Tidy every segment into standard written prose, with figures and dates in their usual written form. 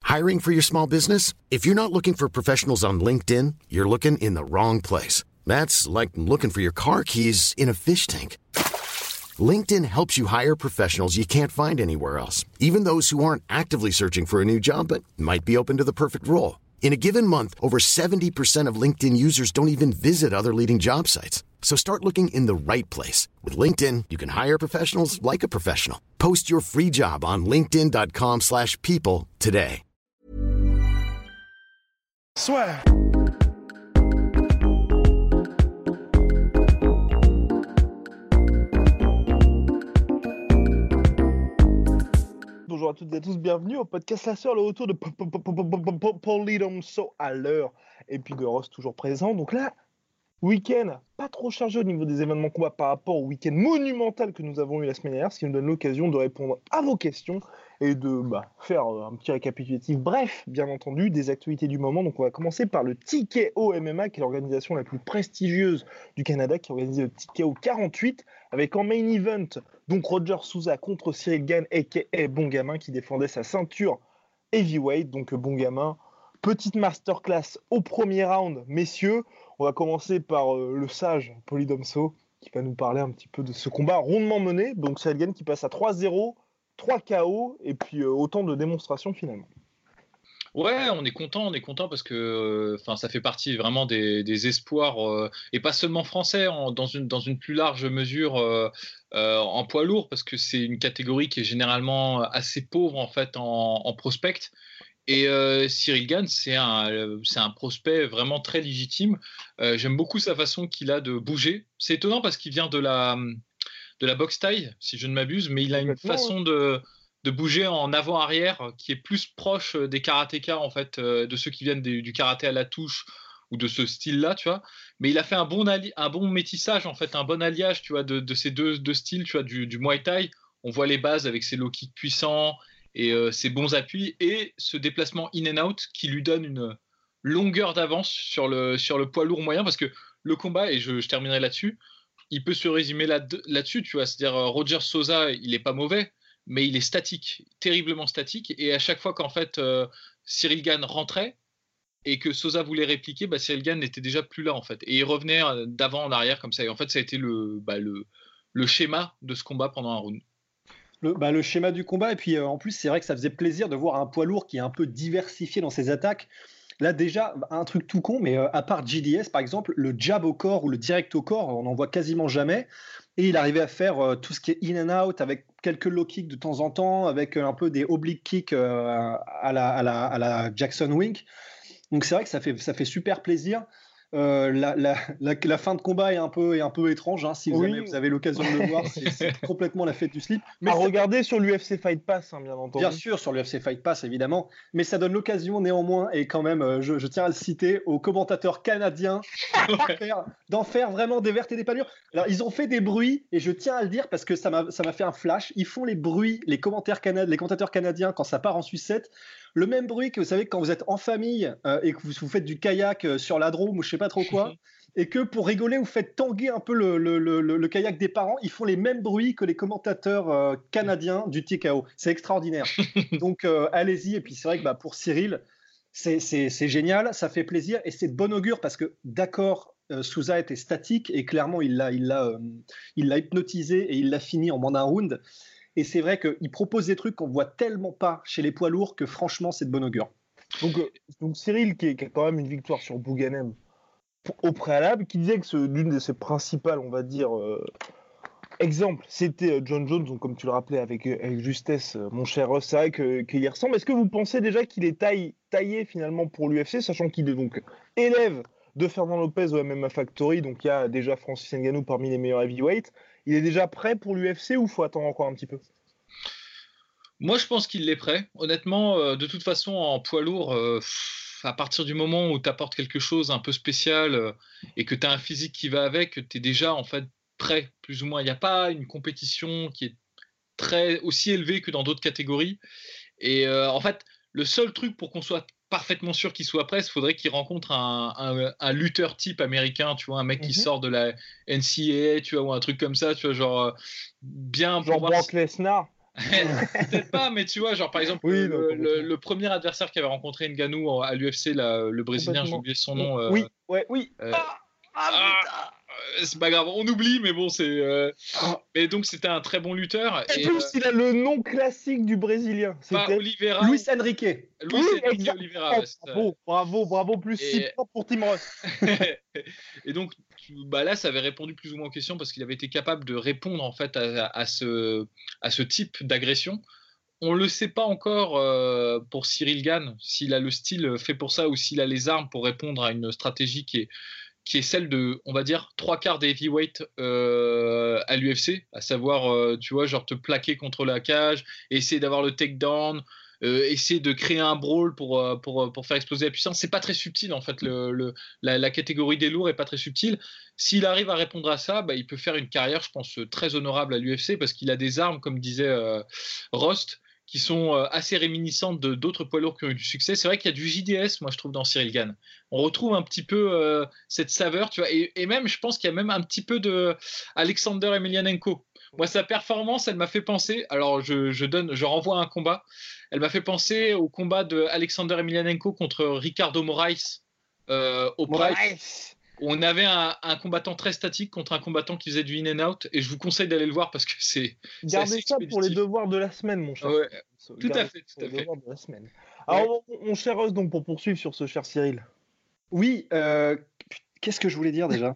Hiring for your small business? If you're not looking for professionals on LinkedIn, you're looking in the wrong place. That's like looking for your car keys in a fish tank. LinkedIn helps you hire professionals you can't find anywhere else, even those who aren't actively searching for a new job but might be open to the perfect role. In a given month, over 70% of LinkedIn users don't even visit other leading job sites. So start looking in the right place. With LinkedIn, you can hire professionals like a professional. Post your free job on linkedin.com/people today. Swear. Bonjour à toutes et à tous, bienvenue au podcast La Sœur, le retour de Paulie Domso à l'heure, et puis de Ross toujours présent. Donc là, week-end pas trop chargé au niveau des événements combat par rapport au week-end monumental que nous avons eu la semaine dernière, ce qui nous donne l'occasion de répondre à vos questions et de faire un petit récapitulatif bref, bien entendu, des actualités du moment. Donc on va commencer par le TKO MMA, qui est l'organisation la plus prestigieuse du Canada, qui organise le TKO 48, avec en main event donc Roger Souza contre Cyril Gane, a.k.a. Bon Gamin, qui défendait sa ceinture heavyweight. Donc Bon Gamin, petite masterclass au premier round, messieurs. On va commencer par le sage Paulie Domso, qui va nous parler un petit peu de ce combat rondement mené. Donc Cyril Gane qui passe à 3-0, 3 KO, et puis autant de démonstrations finalement. Ouais, on est content parce que ça fait partie vraiment des espoirs, et pas seulement français, dans une plus large mesure en poids lourd, parce que c'est une catégorie qui est généralement assez pauvre en fait en prospect. Et Cyril Gane, c'est un prospect vraiment très légitime. J'aime beaucoup sa façon qu'il a de bouger. C'est étonnant parce qu'il vient de la boxe thaï, si je ne m'abuse, mais il a une façon de bouger en avant-arrière qui est plus proche des karatékas, en fait, de ceux qui viennent du karaté à la touche ou de ce style-là, tu vois. Mais il a fait un bon métissage, en fait, un bon alliage, tu vois, de ces deux styles, tu vois, du Muay Thai. On voit les bases avec ses low kicks puissants et ses bons appuis et ce déplacement in and out qui lui donne une longueur d'avance sur le poids lourd moyen, parce que le combat, et je terminerai là-dessus, il peut se résumer là-dessus, tu vois. C'est-à-dire Roger Souza, il est pas mauvais, mais il est statique, terriblement statique, et à chaque fois qu'en fait Cyril Gane rentrait et que Souza voulait répliquer, Cyril Gane n'était déjà plus là en fait, et il revenait d'avant en arrière comme ça, et en fait ça a été le schéma de ce combat pendant un round. Le schéma du combat, et puis en plus c'est vrai que ça faisait plaisir de voir un poids lourd qui est un peu diversifié dans ses attaques. Là déjà, un truc tout con, mais à part JDS par exemple, le jab au corps ou le direct au corps, on n'en voit quasiment jamais. Et il arrivait à faire tout ce qui est in and out, avec quelques low kicks de temps en temps, avec un peu des oblique kicks à la Jackson Wink. Donc c'est vrai que ça fait super plaisir. La fin de combat est un peu étrange, hein, si jamais vous avez l'occasion de le voir, c'est complètement la fête du slip. Mais regardez sur l'UFC Fight Pass, bien entendu. Bien sûr, sur l'UFC Fight Pass, évidemment, mais ça donne l'occasion néanmoins, et quand même, je tiens à le citer, aux commentateurs canadiens d'en faire vraiment des vertes et des pas mûres. Alors, ils ont fait des bruits, et je tiens à le dire parce que ça m'a fait un flash. Ils font les bruits, les commentateurs canadiens, quand ça part en sucette. Le même bruit que vous savez quand vous êtes en famille et que vous faites du kayak sur la Drôme ou je sais pas trop quoi, et que pour rigoler vous faites tanguer un peu le kayak des parents, ils font les mêmes bruits que les commentateurs canadiens du TKO. C'est extraordinaire. Donc allez-y, et puis c'est vrai que pour Cyril, c'est génial, ça fait plaisir et c'est de bon augure parce que d'accord, Souza était statique et clairement il l'a hypnotisé et il l'a fini en moins d'un round. Et c'est vrai qu'il propose des trucs qu'on ne voit tellement pas chez les poids lourds que franchement, c'est de bon augure. Donc Cyril, qui a quand même une victoire sur Bouganem au préalable, qui disait que l'une de ses principales, on va dire, exemples, c'était John Jones, donc comme tu le rappelais avec justesse, mon cher Ross, c'est vrai qu'il y ressemble. Est-ce que vous pensez déjà qu'il est taillé finalement pour l'UFC, sachant qu'il est donc élève de Fernand Lopez au MMA Factory, donc il y a déjà Francis Ngannou parmi les meilleurs heavyweights. Il est déjà prêt pour l'UFC ou faut attendre encore un petit peu ? Moi, je pense qu'il est prêt. Honnêtement, de toute façon, en poids lourd, à partir du moment où tu apportes quelque chose un peu spécial et que tu as un physique qui va avec, tu es déjà en fait prêt, plus ou moins. Il n'y a pas une compétition qui est aussi élevée que dans d'autres catégories. Et en fait, le seul truc pour qu'on soit parfaitement sûr qu'il soit prêt, il faudrait qu'il rencontre un lutteur type américain, tu vois, un mec qui sort de la NCAA, tu vois, ou un truc comme ça, tu vois, genre bien... Genre Brock Lesnar. Peut-être pas, mais tu vois, genre par exemple, le premier adversaire qui avait rencontré Ngannou à l'UFC, le Brésilien, j'ai oublié son nom. Oui. C'est pas grave, on oublie, mais bon, c'est. Mais donc, c'était un très bon lutteur. Et plus, il a le nom classique du Brésilien. C'était Oliveira. Luis Enrique. Oliveira. Bravo, plus 6 points pour Tim Ross. Et donc, là, ça avait répondu plus ou moins aux questions parce qu'il avait été capable de répondre en fait à ce type d'agression. On ne le sait pas encore pour Cyril Gane, s'il a le style fait pour ça ou s'il a les armes pour répondre à une stratégie qui est celle de, on va dire, 3/4 des heavyweights à l'UFC, à savoir, tu vois, genre te plaquer contre la cage, essayer d'avoir le takedown, essayer de créer un brawl pour faire exploser la puissance. C'est pas très subtil, en fait, la catégorie des lourds est pas très subtile. S'il arrive à répondre à ça, il peut faire une carrière, je pense, très honorable à l'UFC parce qu'il a des armes, comme disait Rost, qui sont assez réminiscentes d'autres poids lourds qui ont eu du succès. C'est vrai qu'il y a du JDS, moi je trouve, dans Cyril Gane. On retrouve un petit peu cette saveur, tu vois, et même, je pense qu'il y a même un petit peu de Alexander Emelianenko. Moi, sa performance, elle m'a fait penser, alors je renvoie un combat, elle m'a fait penser au combat de Alexander Emelianenko contre Ricardo Moraes au Price. On avait un combattant très statique contre un combattant qui faisait du in and out, et je vous conseille d'aller le voir parce que c'est gardez ça pour les devoirs de la semaine, mon cher. Ouais, tout à fait. Devoirs de la semaine. Alors, mon cher Ross, donc pour poursuivre sur ce cher Cyril. Oui, qu'est-ce que je voulais dire déjà?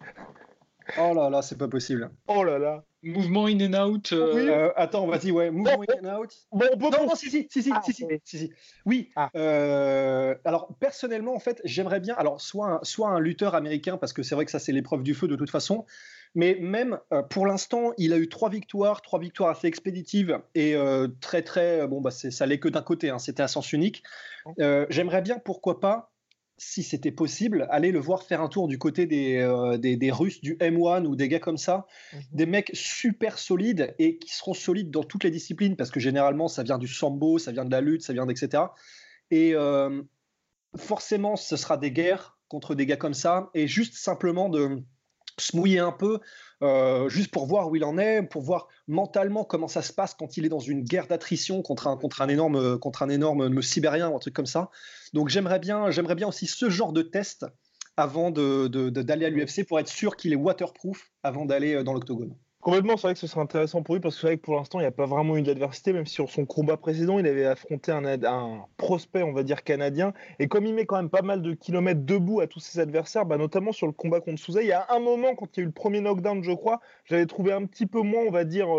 Oh là là, c'est pas possible. Oh là là. Mouvement in and out. Attends, vas-y, mouvement in and out. Non, si. Oui. Alors personnellement, en fait, j'aimerais bien. Alors soit un lutteur américain, parce que c'est vrai que ça c'est l'épreuve du feu de toute façon. Mais même pour l'instant, il a eu 3 victoires assez expéditives et très très ça allait que d'un côté. Hein, c'était à sens unique. J'aimerais bien, pourquoi pas, si c'était possible, aller le voir faire un tour du côté des Russes du M1 ou des gars comme ça, des mecs super solides et qui seront solides dans toutes les disciplines parce que généralement ça vient du sambo, ça vient de la lutte, ça vient d'etc. Et forcément ce sera des guerres contre des gars comme ça et juste simplement de se mouiller un peu juste pour voir où il en est, pour voir mentalement comment ça se passe quand il est dans une guerre d'attrition contre un énorme sibérien ou un truc comme ça. Donc j'aimerais bien aussi ce genre de test avant d'aller à l'UFC pour être sûr qu'il est waterproof avant d'aller dans l'octogone. Complètement, c'est vrai que ce serait intéressant pour lui parce que c'est vrai que pour l'instant il n'y a pas vraiment eu d'adversité, même si sur son combat précédent il avait affronté un prospect, on va dire, canadien, et comme il met quand même pas mal de kilomètres debout à tous ses adversaires, notamment sur le combat contre Souza, il y a un moment quand il y a eu le premier knockdown, je crois, j'avais trouvé un petit peu moins, on va dire,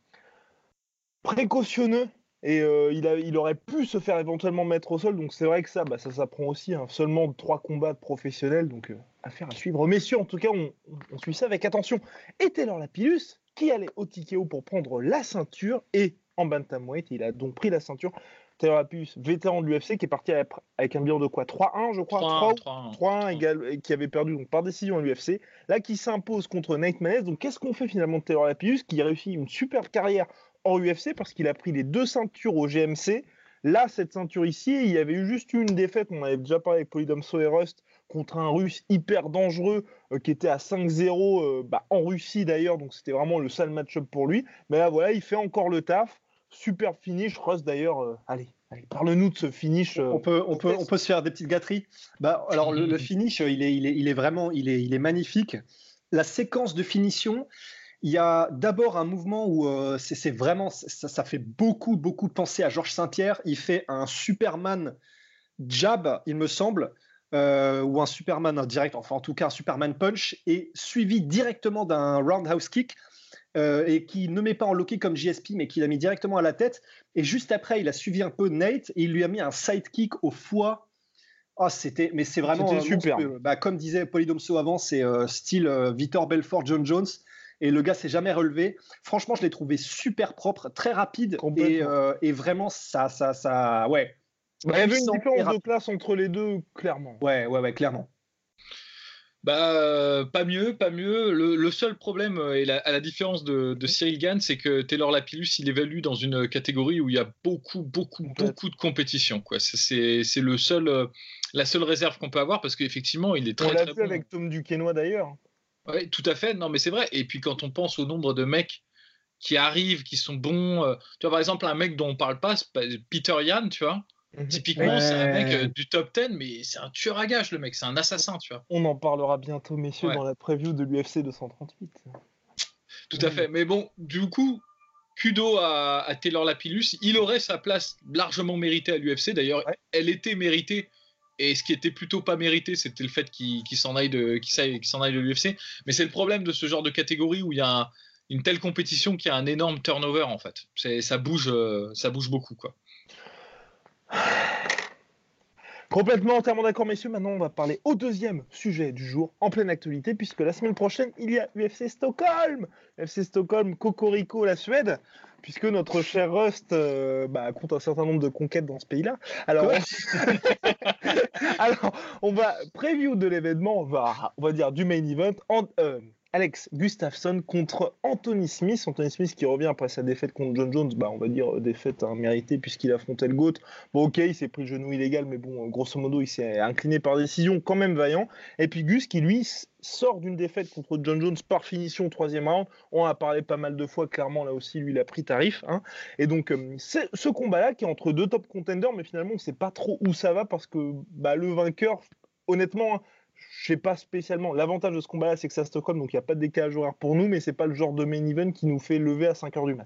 précautionneux. Et il aurait pu se faire éventuellement mettre au sol, donc c'est vrai que ça s'apprend aussi, hein. Seulement 3 combats de professionnels, donc affaire à suivre. Messieurs, en tout cas, on suit ça avec attention. Et Taylor Lapillus, qui allait au TKO pour prendre la ceinture, et en bantamweight, il a donc pris la ceinture. Taylor Lapillus, vétéran de l'UFC, qui est parti avec un bilan de quoi, 3-1, je crois, 3-1 égal, et qui avait perdu donc par décision à l'UFC, là qui s'impose contre Nate Maness. Donc qu'est-ce qu'on fait finalement de Taylor Lapillus, qui a réussi une superbe carrière en UFC parce qu'il a pris les 2 ceintures au GMC. Là, cette ceinture ici, il y avait eu juste une défaite, on avait déjà parlé avec Polydomso et Rust, contre un Russe hyper dangereux qui était à 5-0 en Russie d'ailleurs, donc c'était vraiment le sale match-up pour lui. Mais là, voilà, il fait encore le taf. Super finish, Rust d'ailleurs. Allez, parle-nous de ce finish. On peut se faire des petites gâteries. Alors le finish, il est magnifique. La séquence de finition. Il y a d'abord un mouvement où c'est vraiment, ça fait beaucoup penser à Georges Saint-Pierre. Il fait un Superman jab, il me semble, ou un Superman direct, enfin en tout cas un Superman punch, et suivi directement d'un roundhouse kick, et qui ne met pas en low kick comme JSP, mais qui l'a mis directement à la tête. Et juste après, il a suivi un peu Nate, et il lui a mis un sidekick au foie. C'est vraiment super. Comme disait Polydomso avant, c'est style Vitor Belfort, John Jones. Et le gars s'est jamais relevé. Franchement, je l'ai trouvé super propre, très rapide. Et vraiment, ça ouais. Il y avait une différence de classe entre les deux, clairement. Ouais, clairement. Pas mieux. Le seul problème, et à la différence de Cyril Gane, c'est que Taylor Lapillus, il évalue dans une catégorie où il y a beaucoup de compétition, quoi. C'est la seule réserve qu'on peut avoir parce qu'effectivement, il est très, très bon. On l'a vu avec Tom Duquesnoy d'ailleurs. Oui, tout à fait. Non, mais c'est vrai. Et puis quand on pense au nombre de mecs qui arrivent, qui sont bons. Tu vois, par exemple, un mec dont on parle pas, Peter Yan, tu vois. Typiquement, c'est un mec du top 10, mais c'est un tueur à gages, le mec, c'est un assassin, tu vois. On en parlera bientôt, messieurs, dans la preview de l'UFC 238. Tout à fait. Mais bon, du coup, kudo à Taylor Lapillus. Il aurait sa place largement méritée à l'UFC. D'ailleurs, elle était méritée. Et ce qui était plutôt pas mérité, c'était le fait qu'il s'en aille de l'UFC. Mais c'est le problème de ce genre de catégorie où il y a une telle compétition qui a un énorme turnover, en fait. Ça bouge beaucoup, quoi. Complètement, entièrement d'accord, messieurs. Maintenant, on va parler au deuxième sujet du jour, en pleine actualité, puisque la semaine prochaine, il y a UFC Stockholm. UFC Stockholm, Cocorico, la Suède, puisque notre cher Rust compte un certain nombre de conquêtes dans ce pays-là. Alors, on va preview de l'événement, on va dire du main event. Alex Gustafsson contre Anthony Smith. Anthony Smith qui revient après sa défaite contre John Jones, on va dire défaite méritée puisqu'il affrontait le GOAT. Bon, ok, il s'est pris le genou illégal, mais bon, grosso modo, il s'est incliné par décision, quand même vaillant. Et puis Gus qui, lui, sort d'une défaite contre John Jones par finition au 3e round. On en a parlé pas mal de fois, clairement, là aussi, lui, il a pris tarif. Et donc, c'est ce combat-là qui est entre deux top contenders, mais finalement, on ne sait pas trop où ça va parce que le vainqueur, honnêtement, je sais pas spécialement. L'avantage de ce combat-là, c'est que c'est à Stockholm, donc il n'y a pas de décalage horaire pour nous, mais c'est pas le genre de main event qui nous fait lever à 5h du mat.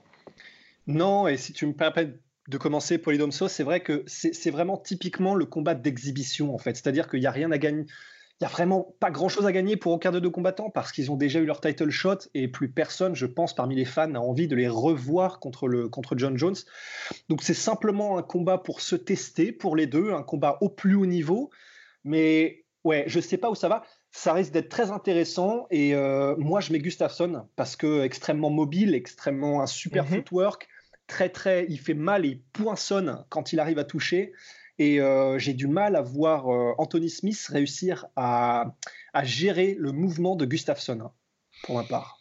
Non, et si tu me permets de commencer, Polydomso, c'est vrai que c'est vraiment typiquement le combat d'exhibition, en fait. C'est-à-dire qu'il n'y a rien à gagner. Il n'y a vraiment pas grand-chose à gagner pour aucun des deux combattants parce qu'ils ont déjà eu leur title shot et plus personne, je pense, parmi les fans n'a envie de les revoir contre John Jones. Donc c'est simplement un combat pour se tester pour les deux, un combat au plus haut niveau. Mais ouais, je ne sais pas où ça va. Ça risque d'être très intéressant. Et moi, je mets Gustafsson parce que extrêmement mobile, extrêmement un super footwork. Il fait mal et il poinçonne quand il arrive à toucher. Et j'ai du mal à voir Anthony Smith réussir à gérer le mouvement de Gustafsson, pour ma part.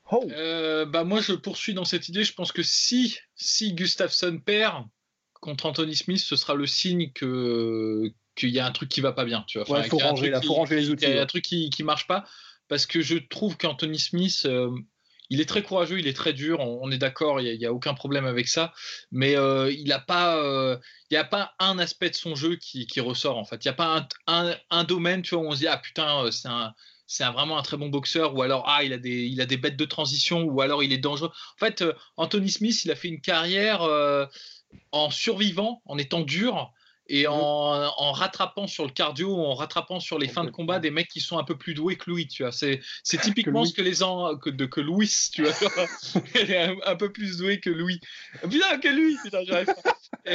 Moi, je poursuis dans cette idée. Je pense que si Gustafsson perd contre Anthony Smith, ce sera le signe qu'il y a un truc qui va pas bien. Tu vois. Il faut ranger les outils. Il y a un truc qui marche pas parce que je trouve qu'Anthony Smith, il est très courageux, il est très dur. On est d'accord, il y a aucun problème avec ça. Mais il n'y a pas un aspect de son jeu qui ressort en fait. Il n'y a pas un domaine, tu vois, où on se dit ah putain, c'est vraiment un très bon boxeur, ou alors il a des bêtes de transition, ou alors il est dangereux. En fait, Anthony Smith, il a fait une carrière en survivant, en étant dur. Et en rattrapant sur le cardio, en rattrapant sur les fins de combat des mecs qui sont un peu plus doués que lui, tu vois. C'est typiquement ce que Louis, tu vois. Il est un peu plus doué que lui. Putain, j'arrive pas.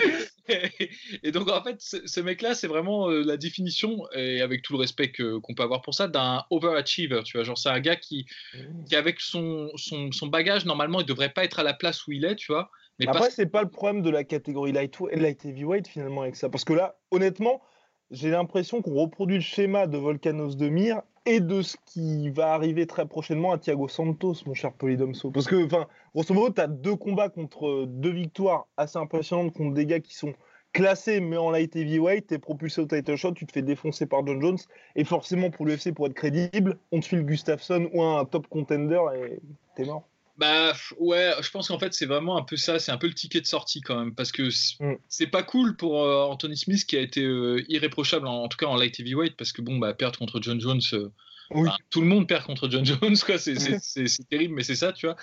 Et donc, en fait, ce mec-là, c'est vraiment la définition, et avec tout le respect qu'on peut avoir pour ça, d'un overachiever, tu vois. Genre, c'est un gars qui avec son bagage, normalement, il devrait pas être à la place où il est, tu vois. Mais après, c'est pas le problème de la catégorie light heavyweight finalement avec ça. Parce que là, honnêtement, j'ai l'impression qu'on reproduit le schéma de Volkanos Demir et de ce qui va arriver très prochainement à Thiago Santos, mon cher Polydomso. Parce que, grosso modo, tu as 2 combats contre 2 victoires assez impressionnantes contre des gars qui sont classés, mais en light heavyweight, t'es propulsé au title shot, tu te fais défoncer par John Jones. Et forcément, pour l'UFC, pour être crédible, on te file Gustafsson ou un top contender et t'es mort. Ouais, je pense qu'en fait c'est vraiment un peu ça, c'est un peu le ticket de sortie quand même, parce que c'est pas cool pour Anthony Smith qui a été irréprochable en tout cas en light heavyweight, parce que perdre contre John Jones, tout le monde perd contre John Jones, quoi, c'est terrible, mais c'est ça, tu vois.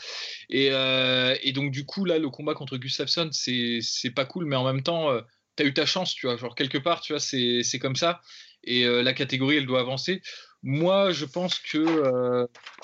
Et donc du coup là le combat contre Gustafsson c'est pas cool, mais en même temps t'as eu ta chance, tu vois, genre quelque part, tu vois, c'est comme ça, et la catégorie elle doit avancer. Moi je pense que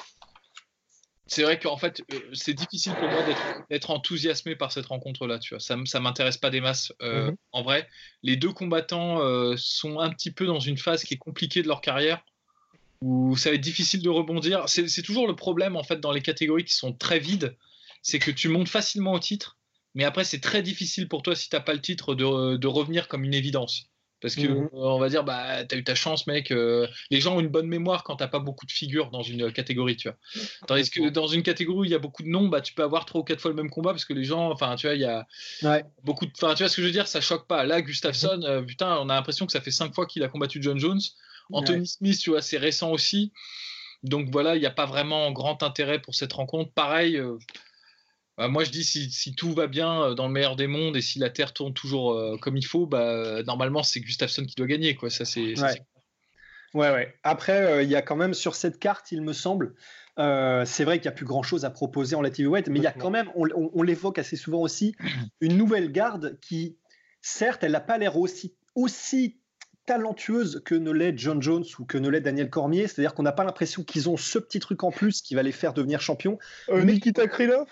c'est vrai qu'en fait, c'est difficile pour moi d'être enthousiasmé par cette rencontre-là. Tu vois, ça m'intéresse pas des masses. En vrai, les 2 combattants sont un petit peu dans une phase qui est compliquée de leur carrière, où ça va être difficile de rebondir. C'est toujours le problème en fait dans les catégories qui sont très vides, c'est que tu montes facilement au titre, mais après c'est très difficile pour toi si t'as pas le titre de revenir comme une évidence. Parce que on va dire, t'as eu ta chance, mec. Les gens ont une bonne mémoire quand t'as pas beaucoup de figures dans une catégorie, tu vois. Tandis que dans une catégorie où il y a beaucoup de noms, tu peux avoir 3 ou 4 fois le même combat parce que les gens, tu vois, il y a beaucoup de. Tu vois ce que je veux dire, ça choque pas. Là, Gustafsson, putain, on a l'impression que ça fait 5 fois qu'il a combattu John Jones. Anthony Smith, tu vois, c'est récent aussi. Donc voilà, il n'y a pas vraiment grand intérêt pour cette rencontre. Pareil. Moi, je dis si tout va bien dans le meilleur des mondes et si la Terre tourne toujours comme il faut, normalement, c'est Gustafsson qui doit gagner, quoi. Ça, c'est Ouais. Après, il y a quand même sur cette carte, il me semble, c'est vrai qu'il n'y a plus grand-chose à proposer en light heavyweight, mais il y a quand même, on l'évoque assez souvent aussi, une nouvelle garde qui, certes, elle n'a pas l'air aussi talentueuse que ne l'est John Jones ou que ne l'est Daniel Cormier, c'est-à-dire qu'on n'a pas l'impression qu'ils ont ce petit truc en plus qui va les faire devenir champions. Nikita Krylov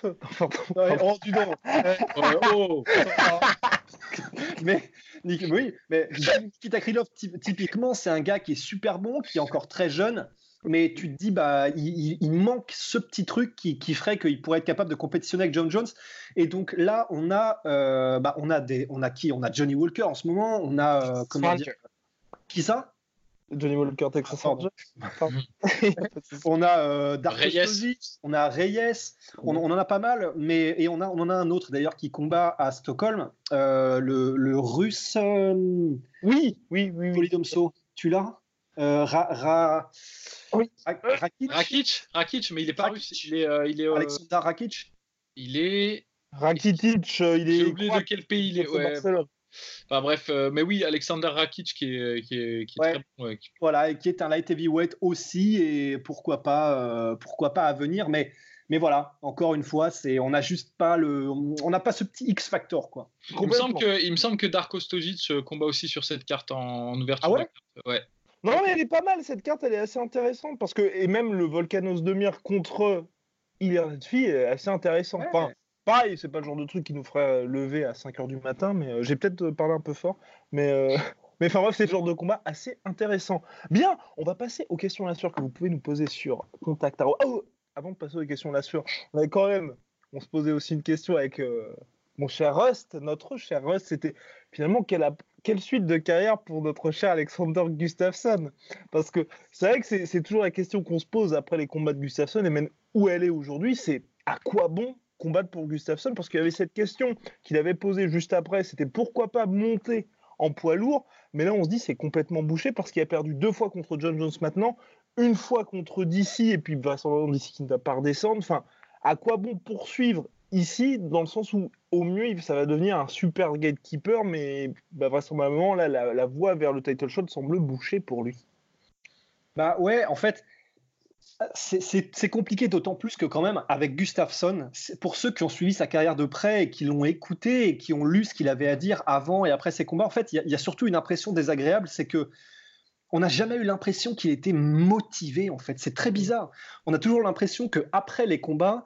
Mais Nikita Krylov, typiquement, c'est un gars qui est super bon, qui est encore très jeune, mais tu te dis, il manque ce petit truc qui ferait qu'il pourrait être capable de compétitionner avec John Jones. Et donc là, on a Johnny Walker en ce moment, on a qui ça? Johnny Walker, Texas Ranger. On a Darko Stojic, on a Reyes, on en a pas mal, et on en a un autre d'ailleurs qui combat à Stockholm, le russe. Oui. Polydomso, tu l'as? Rakic, mais il est pas russe. Il est Alexander Rakic. Il est. Rakitic, il est. J'ai oublié de quel pays il est. Ouais. Enfin bref, mais oui, Alexander Rakic qui est très bon. Ouais. Voilà, et qui est un light heavyweight aussi, et pourquoi pas à venir, mais voilà, encore une fois, on n'a pas ce petit X factor, quoi. Il me semble que Darko Stojic combat aussi sur cette carte en ouverture. Ah ouais? Ouais. Non, mais elle est pas mal, cette carte, elle est assez intéressante, parce que, et même le Volkanos Demir contre Ilir Latifi est assez intéressant. Ouais. Enfin, pareil, c'est pas le genre de truc qui nous ferait lever à 5h du matin, mais j'ai peut-être parlé un peu fort, mais enfin bref, c'est le genre de combat assez intéressant. Bien, on va passer aux questions là sur que vous pouvez nous poser sur Contact Tarot. Avant de passer aux questions là sur, on se posait aussi une question avec mon cher Rust, notre cher Rust, c'était finalement quelle suite de carrière pour notre cher Alexander Gustafsson? Parce que c'est vrai que c'est toujours la question qu'on se pose après les combats de Gustafsson, et même où elle est aujourd'hui, c'est à quoi bon combattre pour Gustafsson? Parce qu'il y avait cette question qu'il avait posée juste après, c'était pourquoi pas monter en poids lourd, mais là on se dit c'est complètement bouché parce qu'il a perdu 2 fois contre John Jones maintenant, une fois contre DC, et puis vraisemblablement DC qui ne va pas redescendre. Enfin, à quoi bon poursuivre ici, dans le sens où au mieux ça va devenir un super gatekeeper, mais vraisemblablement là la voie vers le title shot semble bouchée pour lui. Ouais, en fait c'est compliqué, d'autant plus que quand même avec Gustafsson, pour ceux qui ont suivi sa carrière de près et qui l'ont écouté et qui ont lu ce qu'il avait à dire avant et après ses combats, en fait il y a surtout une impression désagréable, c'est que on n'a jamais eu l'impression qu'il était motivé, en fait. C'est très bizarre. On a toujours l'impression qu'après les combats,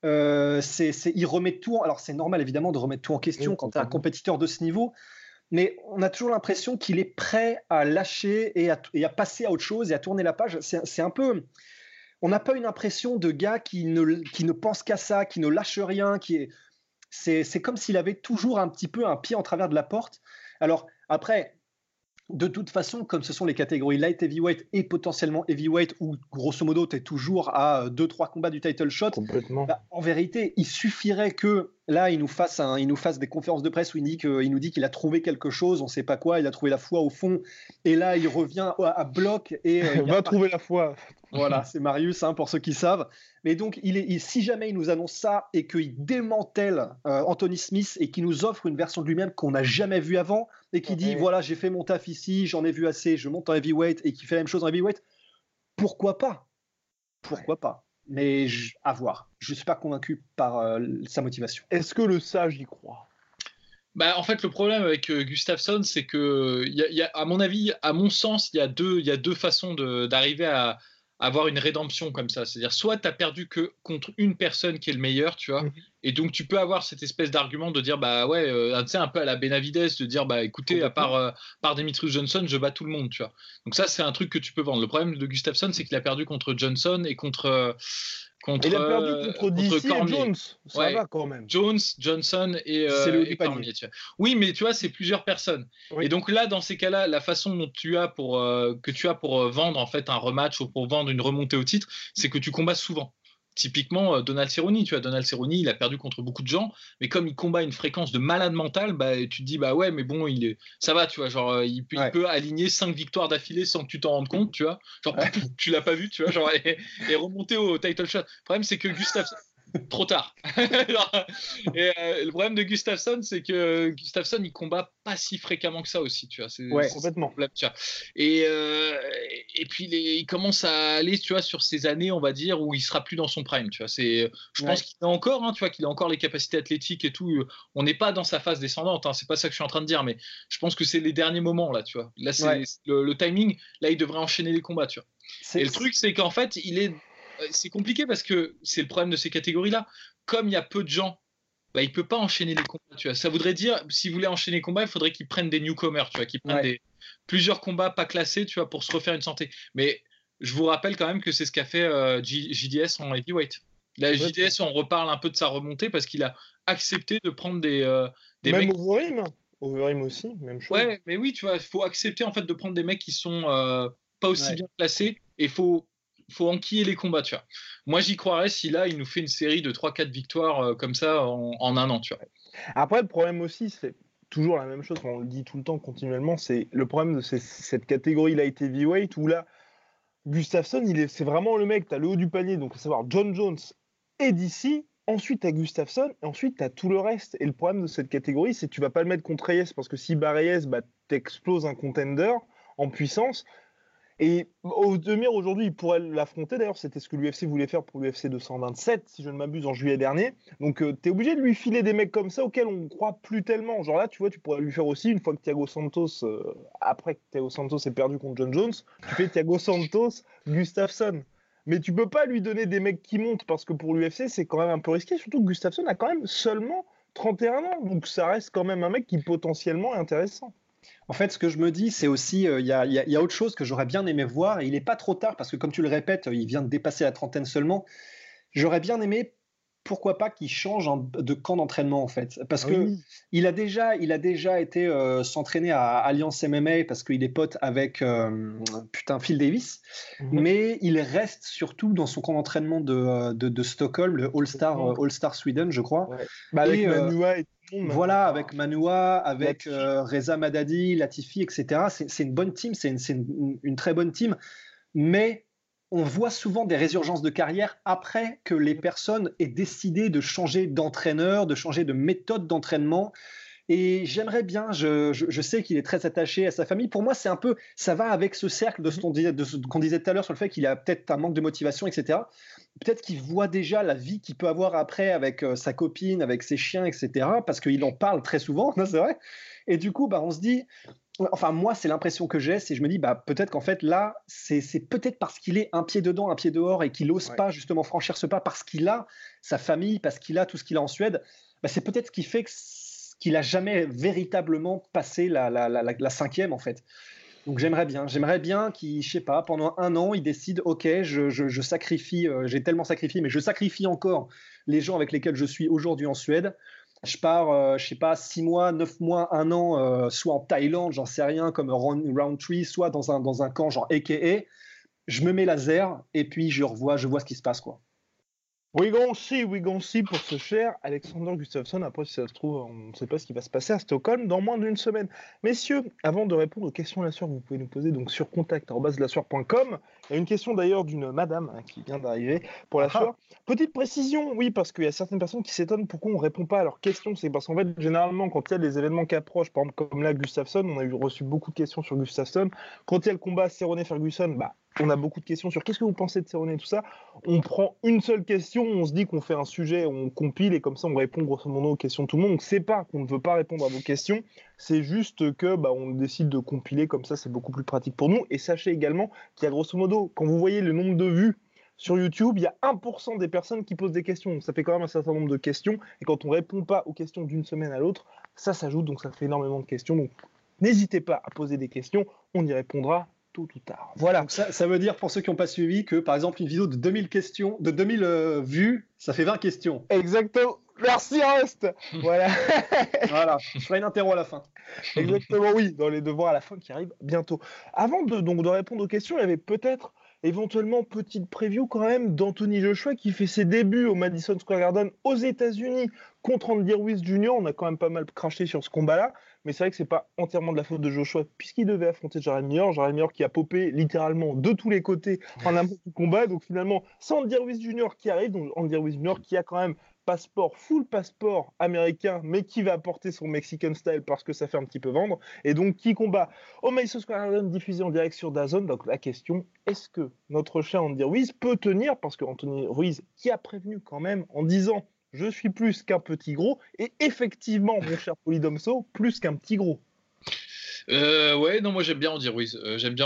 il remet tout alors c'est normal évidemment de remettre tout en question quand tu es un compétiteur de ce niveau, mais on a toujours l'impression qu'il est prêt à lâcher et à passer à autre chose et à tourner la page. C'est un peu... On n'a pas une impression de gars qui ne pense qu'à ça, qui ne lâche rien, c'est comme s'il avait toujours un petit peu un pied en travers de la porte. Alors après, de toute façon, comme ce sont les catégories light heavyweight et potentiellement heavyweight, où grosso modo tu es toujours à 2-3 combats du title shot, en vérité il suffirait que là il nous fasse des conférences de presse où il nous dit qu'il a trouvé quelque chose, on ne sait pas quoi, il a trouvé la foi au fond, et là il revient à bloc et il va trouver la foi. Voilà, c'est Marius, pour ceux qui savent. Mais donc, si jamais il nous annonce ça et qu'il démantèle Anthony Smith et qu'il nous offre une version de lui-même qu'on n'a jamais vue avant et qui dit voilà, j'ai fait mon taf ici, j'en ai vu assez, je monte en heavyweight, et qui fait la même chose en heavyweight, pourquoi pas? Mais à voir. Je ne suis pas convaincu par sa motivation. Est-ce que le sage y croit? En fait, le problème avec Gustafsson, c'est que, à mon avis, à mon sens, il y a deux façons d'arriver à avoir une rédemption comme ça. C'est-à-dire, soit tu as perdu que contre une personne qui est le meilleur, tu vois, et donc tu peux avoir cette espèce d'argument de dire, tu sais, un peu à la Benavidez, de dire, écoutez, à part Demetrius Johnson, je bats tout le monde, tu vois. Donc ça, c'est un truc que tu peux vendre. Le problème de Gustafsson, c'est qu'il a perdu contre Johnson et contre il a perdu contre DC et Jones, ça va quand même. Jones, Johnson et Cormier. Tu vois. Oui, mais tu vois, c'est plusieurs personnes. Oui. Et donc là, dans ces cas-là, la façon dont tu as pour vendre en fait un rematch ou pour vendre une remontée au titre, c'est que tu combats souvent. Typiquement, Donald Cerrone, tu vois, Donald Cerrone, il a perdu contre beaucoup de gens, mais comme il combat une fréquence de malade mental, tu te dis, ouais, mais bon, ça va, tu vois, genre, il peut aligner 5 victoires d'affilée sans que tu t'en rendes compte, tu vois, genre, tu l'as pas vu, tu vois, genre, et remonter au title shot. Le problème, c'est que Trop tard. Et le problème de Gustafsson, c'est que Gustafsson, il combat pas si fréquemment que ça aussi, tu vois. Ouais, complètement. Problème, tu vois. Et puis il commence à aller, tu vois, sur ces années, on va dire, où il sera plus dans son prime, tu vois. Je pense qu'il a encore, tu vois, qu'il a encore les capacités athlétiques et tout. On n'est pas dans sa phase descendante, hein, c'est pas ça que je suis en train de dire, mais je pense que c'est les derniers moments là, tu vois. Là, c'est le timing. Là, il devrait enchaîner les combats, tu vois. Et le truc, c'est qu'en fait, c'est compliqué parce que c'est le problème de ces catégories-là. Comme il y a peu de gens, il ne peut pas enchaîner les combats. Tu vois. Ça voudrait dire, s'il voulait enchaîner les combats, il faudrait qu'il prenne des newcomers, tu vois, qu'il prenne plusieurs combats pas classés, tu vois, pour se refaire une santé. Mais je vous rappelle quand même que c'est ce qu'a fait JDS en heavyweight. Là, JDS, on reparle un peu de sa remontée parce qu'il a accepté de prendre des même mecs. Overeem aussi, même chose. Ouais, mais oui, tu vois, il faut accepter en fait de prendre des mecs qui sont pas aussi bien classés et il faut enquiller les combats, tu vois. Moi, j'y croirais si là, il nous fait une série de 3-4 victoires comme ça en un an, tu vois. Après, le problème aussi, c'est toujours la même chose, on le dit tout le temps, continuellement, c'est le problème de cette catégorie light heavyweight où là, Gustafsson, c'est vraiment le mec, t'as le haut du panier, donc à savoir John Jones et DC, ensuite t'as Gustafsson, et ensuite t'as tout le reste. Et le problème de cette catégorie, c'est que tu vas pas le mettre contre Reyes, parce que si bat Reyes, t'exploses un contender en puissance. Et Ozdemir, aujourd'hui, il pourrait l'affronter. D'ailleurs, c'était ce que l'UFC voulait faire pour l'UFC 227, si je ne m'abuse, en juillet dernier. Donc, t'es obligé de lui filer des mecs comme ça auxquels on ne croit plus tellement. Genre là, tu vois, tu pourrais lui faire aussi, une fois que Thiago Santos, après que Thiago Santos ait perdu contre John Jones, tu fais Thiago Santos, Gustafsson. Mais tu peux pas lui donner des mecs qui montent, parce que pour l'UFC, c'est quand même un peu risqué. Surtout que Gustafsson a quand même seulement 31 ans. Donc, ça reste quand même un mec qui potentiellement est intéressant. En fait, ce que je me dis, c'est aussi, il y a autre chose que j'aurais bien aimé voir, et il n'est pas trop tard, parce que comme tu le répètes, il vient de dépasser la trentaine seulement. J'aurais bien aimé, pourquoi pas, qu'il change de camp d'entraînement, en fait. Parce que il a déjà été s'entraîner à Alliance MMA, parce qu'il est pote avec Phil Davis, mais il reste surtout dans son camp d'entraînement de Stockholm, le All-Star Sweden, je crois. Ouais. Avec Manua et voilà, avec Manua, avec Reza Madadi, Latifi, etc. C'est une bonne team, c'est une très bonne team, mais on voit souvent des résurgences de carrière après que les personnes aient décidé de changer d'entraîneur, de changer de méthode d'entraînement. Et j'aimerais bien, je sais qu'il est très attaché à sa famille. Pour moi, c'est un peu, ça va avec ce cercle de ce qu'on disait tout à l'heure sur le fait qu'il a peut-être un manque de motivation, etc. Peut-être qu'il voit déjà la vie qu'il peut avoir après avec sa copine, avec ses chiens, etc. Parce qu'il en parle très souvent, c'est vrai. Et du coup, on se dit, enfin moi, c'est l'impression que j'ai, c'est je me dis, peut-être qu'en fait là, c'est peut-être parce qu'il est un pied dedans, un pied dehors et qu'il n'ose pas justement franchir ce pas parce qu'il a sa famille, parce qu'il a tout ce qu'il a en Suède. C'est peut-être ce qui fait qu'il a jamais véritablement passé la cinquième en fait. Donc j'aimerais bien qu'il, je sais pas, pendant un an, il décide, ok, je sacrifie, j'ai tellement sacrifié, mais je sacrifie encore les gens avec lesquels je suis aujourd'hui en Suède. Je pars, je sais pas, 6 mois, 9 mois, 1 an, soit en Thaïlande, j'en sais rien, comme Roundtree, soit dans un camp genre AKA. Je me mets laser et puis je vois ce qui se passe, quoi. We gon' see pour ce cher Alexander Gustafsson. Après, si ça se trouve, on ne sait pas ce qui va se passer à Stockholm dans moins d'une semaine. Messieurs, avant de répondre aux questions La Sueur, vous pouvez nous poser donc sur contact@lasueur.com. Il y a une question d'ailleurs d'une madame qui vient d'arriver pour La Sueur. Petite précision, oui, parce qu'il y a certaines personnes qui s'étonnent pourquoi on ne répond pas à leurs questions. C'est parce qu'en fait, généralement, quand il y a des événements qui approchent, par exemple comme là, Gustafsson, on a reçu beaucoup de questions sur Gustafsson. Quand il y a le combat Cerrone-Ferguson, on a beaucoup de questions sur qu'est-ce que vous pensez de Cerrone et tout ça. On prend une seule question, on se dit qu'on fait un sujet, on compile et comme ça on répond grosso modo aux questions de tout le monde. Donc c'est pas qu'on ne veut pas répondre à vos questions, c'est juste que on décide de compiler comme ça, c'est beaucoup plus pratique pour nous. Et sachez également qu'il y a grosso modo, quand vous voyez le nombre de vues sur YouTube, il y a 1% des personnes qui posent des questions. Donc ça fait quand même un certain nombre de questions. Et quand on répond pas aux questions d'une semaine à l'autre, ça s'ajoute, donc ça fait énormément de questions. Donc n'hésitez pas à poser des questions, on y répondra tôt ou tard. Voilà. Donc ça veut dire, pour ceux qui n'ont pas suivi, que par exemple, une vidéo de 2000 questions, de 2000 vues, ça fait 20 questions. Exactement. Merci, Rust. Voilà. Voilà. Je ferai une interro à la fin. Exactement, oui. Dans les devoirs à la fin qui arrivent bientôt. Avant de répondre aux questions, il y avait peut-être éventuellement petite preview quand même d'Anthony Joshua qui fait ses débuts au Madison Square Garden aux États-Unis contre Andy Ruiz Jr. On a quand même pas mal craché sur ce combat-là. mais c'est vrai que c'est pas entièrement de la faute de Joshua, puisqu'il devait affronter Jarrell Miller qui a popé littéralement de tous les côtés en amont du combat. Donc finalement, c'est Andy Ruiz Jr. qui arrive, donc Andy Ruiz Jr. qui a quand même full passeport américain, mais qui va porter son Mexican style parce que ça fait un petit peu vendre, et donc qui combat au Madison Square Garden diffusé en direct sur DAZN. Donc la question, est-ce que notre cher Andy Ruiz peut tenir, parce que Anthony Ruiz qui a prévenu quand même en disant je suis plus qu'un petit gros, et effectivement mon cher Polydomso, plus qu'un petit gros. Ouais, non, moi j'aime bien Andy Ruiz.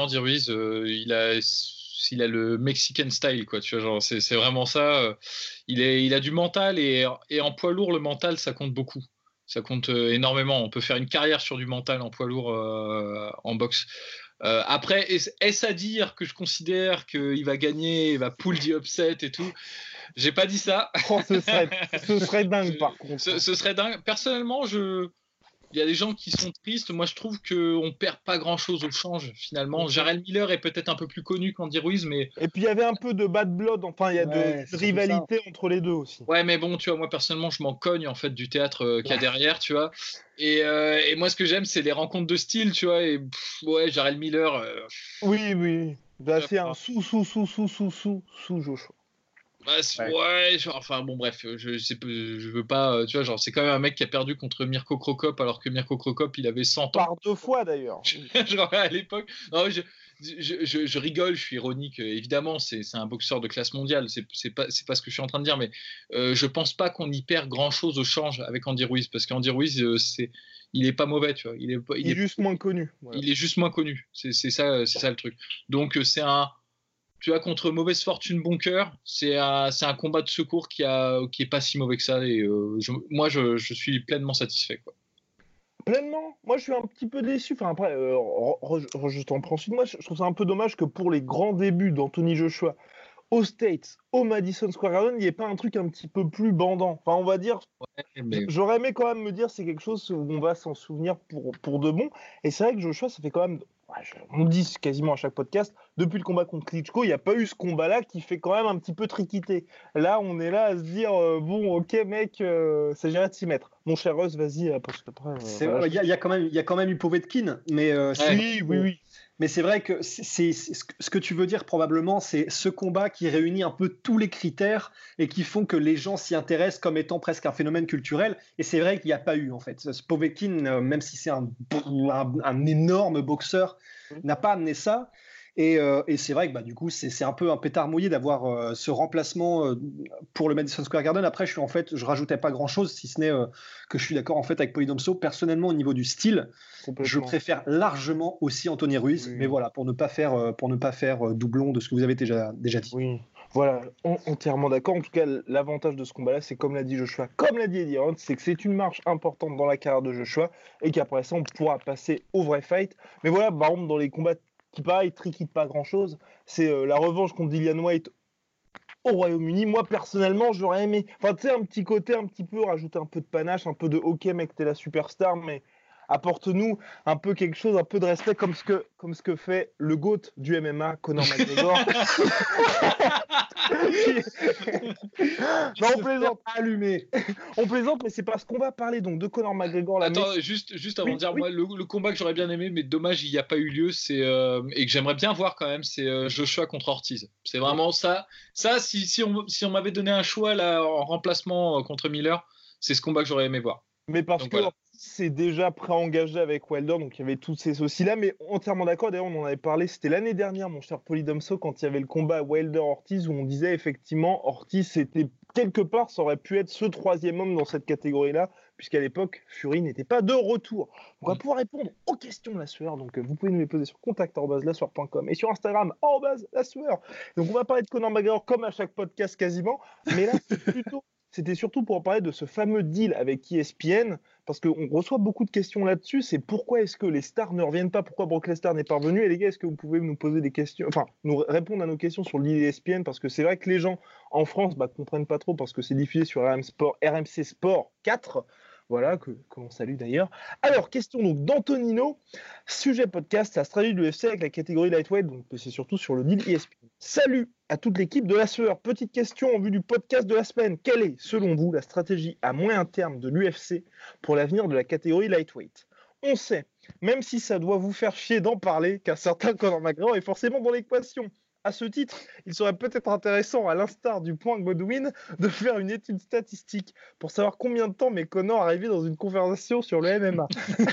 Il a le Mexican style, quoi. Tu vois, genre, c'est vraiment ça. Il a du mental et en poids lourd, le mental, ça compte beaucoup. Ça compte énormément. On peut faire une carrière sur du mental en poids lourd en boxe. Après, est-ce à dire que je considère qu'il va gagner, il va pull the upset et tout? J'ai pas dit ça. Oh, ce serait dingue, par contre. Ce serait dingue. Personnellement, il y a des gens qui sont tristes. Moi, je trouve qu'on perd pas grand-chose au change, finalement. Jarrell Miller est peut-être un peu plus connu qu'Andy Ruiz, mais... Et puis, il y avait un peu de bad blood. Enfin, il y a de rivalité entre les deux aussi. Ouais, mais bon, tu vois, moi, personnellement, je m'en cogne, en fait, du théâtre qu'il y a derrière, tu vois. Et moi, ce que j'aime, c'est les rencontres de style, tu vois. Et ouais, Jarrell Miller... Oui. Bah, c'est un sous Joshua. Bah, ouais, enfin bon, bref, je veux pas, tu vois, genre, c'est quand même un mec qui a perdu contre Mirko Cro Cop, alors que Mirko Cro Cop, il avait 100 ans. Par 2 fois d'ailleurs. Genre, à l'époque. Non, je rigole, je suis ironique, évidemment, c'est un boxeur de classe mondiale, c'est pas ce que je suis en train de dire, mais je pense pas qu'on y perd grand chose au change avec Andy Ruiz, parce qu'Andy Ruiz, il est pas mauvais, tu vois. Il est juste moins connu. Voilà. Il est juste moins connu, c'est ça le truc. Donc, tu vois, contre mauvaise fortune, bon cœur, c'est un combat de secours qui est pas si mauvais que ça. Et moi, je suis pleinement satisfait, quoi. Pleinement. Moi, je suis un petit peu déçu. Enfin, après, je t'en prends suite. Moi, je trouve ça un peu dommage que pour les grands débuts d'Anthony Joshua aux States, au Madison Square Garden, il n'y ait pas un truc un petit peu plus bandant. Enfin, on va dire, j'aurais aimé quand même me dire c'est quelque chose où on va s'en souvenir pour de bon. Et c'est vrai que Joshua, ça fait quand même... on dit quasiment à chaque podcast, depuis le combat contre Klitschko, il n'y a pas eu ce combat-là qui fait quand même un petit peu triquiter. Là, on est là à se dire, bon, ok, mec, ça s'agirait de s'y mettre. Mon cher Russ, vas-y, parce qu'après... il y a quand même eu Povetkin, mais... oui. Mais c'est vrai que ce que tu veux dire probablement, c'est ce combat qui réunit un peu tous les critères et qui font que les gens s'y intéressent comme étant presque un phénomène culturel. Et c'est vrai qu'il n'y a pas eu, en fait. Povetkin, même si c'est un énorme boxeur, n'a pas amené ça. Et c'est vrai que du coup, c'est un peu un pétard mouillé d'avoir ce remplacement pour le Madison Square Garden. Après, je rajoutais pas grand-chose, si ce n'est que je suis d'accord en fait avec Polydomso. Personnellement, au niveau du style, je préfère largement aussi Anthony Ruiz. Oui. Mais voilà, pour ne pas faire doublon de ce que vous avez déjà dit. Oui. Voilà, entièrement d'accord. En tout cas, l'avantage de ce combat-là, c'est comme l'a dit Joshua, comme l'a dit Eddie Hearn, c'est que c'est une marche importante dans la carrière de Joshua et qu'après ça, on pourra passer au vrai fight. Mais voilà, par exemple, dans les combats qui pareil, triquite pas grand-chose, c'est la revanche contre Dillian Whyte au Royaume-Uni. Moi, personnellement, j'aurais aimé, enfin, tu sais, un petit côté, un petit peu, rajouter un peu de panache, un peu de « Ok, mec, t'es la superstar, mais apporte-nous un peu quelque chose, un peu de respect, comme ce que fait le GOAT du MMA, Conor McGregor. » Non, on plaisante. Allumé. On plaisante, mais c'est parce qu'on va parler donc de Conor McGregor. Attends, juste avant de dire, moi, le combat que j'aurais bien aimé, mais dommage, il n'y a pas eu lieu, et que j'aimerais bien voir quand même, c'est Joshua contre Ortiz. C'est vraiment ça. Ça, si on m'avait donné un choix là, en remplacement contre Miller, c'est ce combat que j'aurais aimé voir. Mais parce que Ortiz c'est déjà pré-engagé avec Wilder, donc il y avait tous ces soucis-là, mais entièrement d'accord. D'ailleurs, on en avait parlé, c'était l'année dernière, mon cher Polydomso, quand il y avait le combat Wilder-Ortiz, où on disait effectivement, Ortiz, c'était quelque part, ça aurait pu être ce troisième homme dans cette catégorie-là, puisqu'à l'époque, Fury n'était pas de retour. Donc, on va pouvoir répondre aux questions de la sueur, donc vous pouvez nous les poser sur contact@lasueur.com et sur Instagram, @lasueur. Donc, on va parler de Conor McGregor comme à chaque podcast quasiment, mais là, c'était surtout pour parler de ce fameux deal avec ESPN, parce qu'on reçoit beaucoup de questions là-dessus. C'est pourquoi est-ce que les stars ne reviennent pas, pourquoi Brock Lesnar n'est pas revenu. Et les gars, est-ce que vous pouvez nous poser des questions, enfin, nous répondre à nos questions sur le deal ESPN, parce que c'est vrai que les gens en France comprennent pas trop, parce que c'est diffusé sur RMC Sport 4. Voilà, que l'on salue d'ailleurs. Alors, question donc d'Antonino. Sujet podcast, ça se traduit de l'UFC avec la catégorie lightweight, donc c'est surtout sur le deal ESPN. Salut à toute l'équipe de la sueur. Petite question en vue du podcast de la semaine. Quelle est, selon vous, la stratégie à moyen terme de l'UFC pour l'avenir de la catégorie lightweight ? On sait, même si ça doit vous faire chier d'en parler, qu'un certain Conor McGregor est forcément dans l'équation. À ce titre, il serait peut-être intéressant, à l'instar du point Godwin, de faire une étude statistique pour savoir combien de temps met Conor arrivé dans une conversation sur le MMA.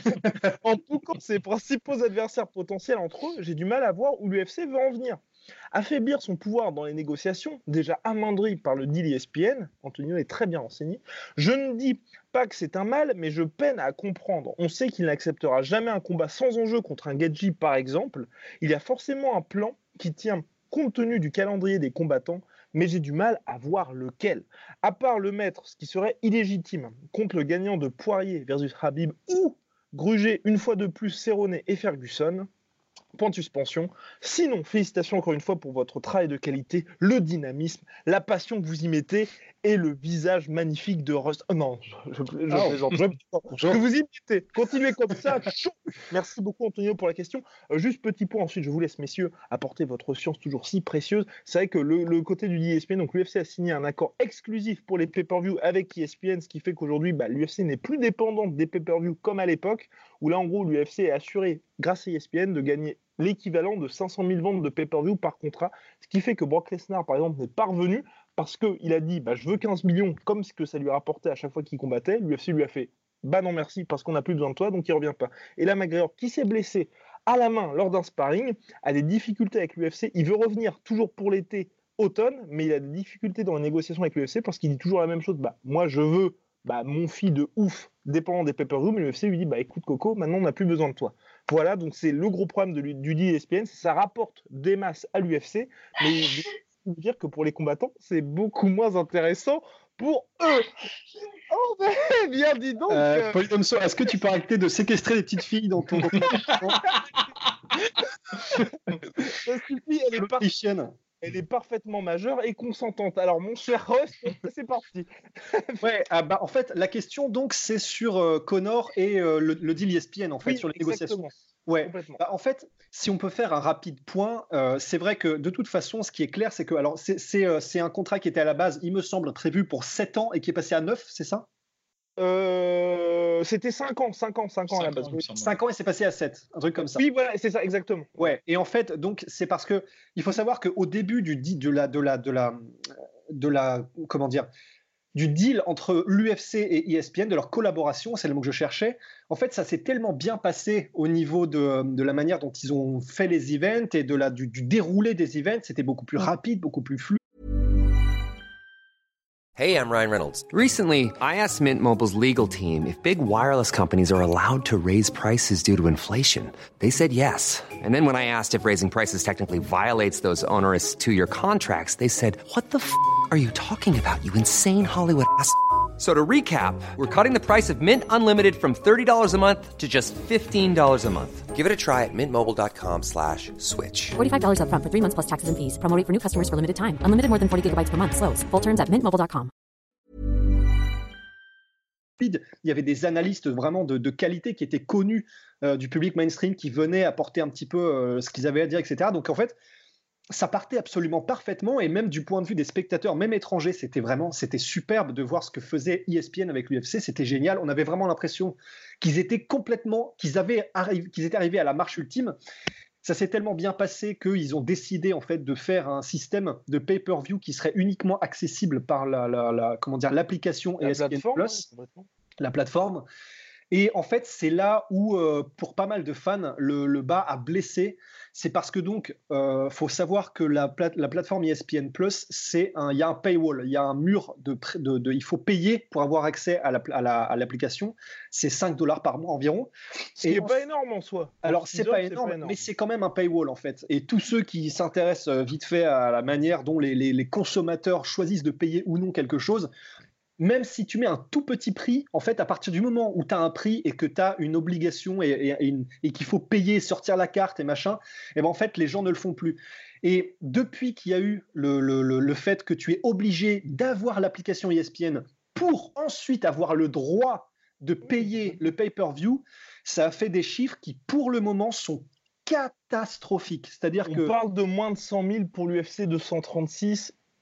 En bouquant ses principaux adversaires potentiels entre eux, j'ai du mal à voir où l'UFC veut en venir. Affaiblir son pouvoir dans les négociations, déjà amoindri par le deal ESPN, Antonio est très bien renseigné, je ne dis pas que c'est un mal, mais je peine à comprendre. On sait qu'il n'acceptera jamais un combat sans enjeu contre un Gaethje par exemple. Il y a forcément un plan qui tient compte tenu du calendrier des combattants, mais j'ai du mal à voir lequel. À part le mettre, ce qui serait illégitime, contre le gagnant de Poirier versus Khabib ou gruger une fois de plus Cerrone et Ferguson, point de suspension. Sinon, félicitations encore une fois pour votre travail de qualité, le dynamisme, la passion que vous y mettez et le visage magnifique de Rust. Oh non, je plaisante. Que vous y mettez. Continuez comme ça. Merci beaucoup Antonio pour la question. Juste petit point, ensuite je vous laisse messieurs apporter votre science toujours si précieuse. C'est vrai que le côté du ESPN, donc l'UFC a signé un accord exclusif pour les pay-per-view avec ESPN, ce qui fait qu'aujourd'hui l'UFC n'est plus dépendante des pay-per-view comme à l'époque, où là en gros l'UFC est assuré grâce à ESPN de gagner l'équivalent de 500 000 ventes de pay-per-view par contrat, ce qui fait que Brock Lesnar par exemple n'est pas revenu parce qu'il a dit je veux 15 millions comme ce que ça lui rapportait à chaque fois qu'il combattait. L'UFC lui a fait non merci parce qu'on n'a plus besoin de toi, donc il revient pas. Et là McGregor qui s'est blessé à la main lors d'un sparring a des difficultés avec l'UFC, il veut revenir toujours pour l'été automne, mais il a des difficultés dans les négociations avec l'UFC parce qu'il dit toujours la même chose, moi je veux mon fils de ouf dépendant des pay-per-view, mais l'UFC lui dit écoute Coco, maintenant on n'a plus besoin de toi. Voilà, donc c'est le gros problème du deal ESPN, ça rapporte des masses à l'UFC, mais je veux dire que pour les combattants, c'est beaucoup moins intéressant pour eux. Oh ben, bien dis donc. Polydomso, est-ce que tu peux arrêter de séquestrer les petites filles dans ton... Ça suffit, elle est parfaitement majeure et consentante. Alors, mon cher Rust, c'est parti. Ouais, en fait, la question, donc, c'est sur Conor et le deal ESPN, en fait, sur les négociations. Ouais. En fait, si on peut faire un rapide point, c'est vrai que, de toute façon, ce qui est clair, c'est que alors, c'est un contrat qui était à la base, il me semble, prévu pour 7 ans et qui est passé à 9, c'est ça ? C'était 5 ans à la base. 5 ans et c'est passé à 7, un truc comme ça. Oui, voilà, c'est ça, exactement. Ouais, et en fait, donc, c'est parce que il faut savoir qu'au début du deal entre l'UFC et ESPN, de leur collaboration, c'est le mot que je cherchais, en fait, ça s'est tellement bien passé au niveau de la manière dont ils ont fait les events et du déroulé des events, c'était beaucoup plus rapide, beaucoup plus fluide. Hey, I'm Ryan Reynolds. Recently, I asked Mint Mobile's legal team if big wireless companies are allowed to raise prices due to inflation. They said yes. And then when I asked if raising prices technically violates those onerous 2-year contracts, they said, "What the f*** are you talking about, you insane Hollywood ass?" So to recap, we're cutting the price of Mint Unlimited from $30 a month to just $15 a month. Give it a try at mintmobile.com/switch. $45 up front for 3 months plus taxes and fees. Promo rate for new customers for limited time. Unlimited more than 40 gigabytes per month. Slows full terms at mintmobile.com. Il y avait des analystes vraiment de qualité qui étaient connus du public mainstream, qui venaient apporter un petit peu ce qu'ils avaient à dire, etc. Donc en fait, ça partait absolument parfaitement, et même du point de vue des spectateurs, même étrangers, c'était superbe de voir ce que faisait ESPN avec l'UFC, c'était génial. On avait vraiment l'impression qu'ils étaient arrivés à la marche ultime. Ça s'est tellement bien passé qu'ils ont décidé en fait de faire un système de pay-per-view qui serait uniquement accessible par l'application ESPN Plus, la plateforme. Et en fait, c'est là où, pour pas mal de fans, le bas a blessé. C'est parce que donc, faut savoir que la plateforme ESPN Plus, il y a un paywall, il y a un mur il faut payer pour avoir accès à l'application. C'est $5 par mois environ. Ce qui n'est pas énorme en soi. Alors, c'est pas énorme, mais c'est quand même un paywall en fait. Et tous ceux qui s'intéressent vite fait à la manière dont les consommateurs choisissent de payer ou non quelque chose, même si tu mets un tout petit prix, en fait, à partir du moment où tu as un prix et que tu as une obligation et qu'il faut payer, sortir la carte et machin, et ben en fait, les gens ne le font plus. Et depuis qu'il y a eu le fait que tu es obligé d'avoir l'application ESPN pour ensuite avoir le droit de payer le pay-per-view, ça a fait des chiffres qui, pour le moment, sont catastrophiques. C'est-à-dire on parle de moins de 100 000 pour l'UFC 236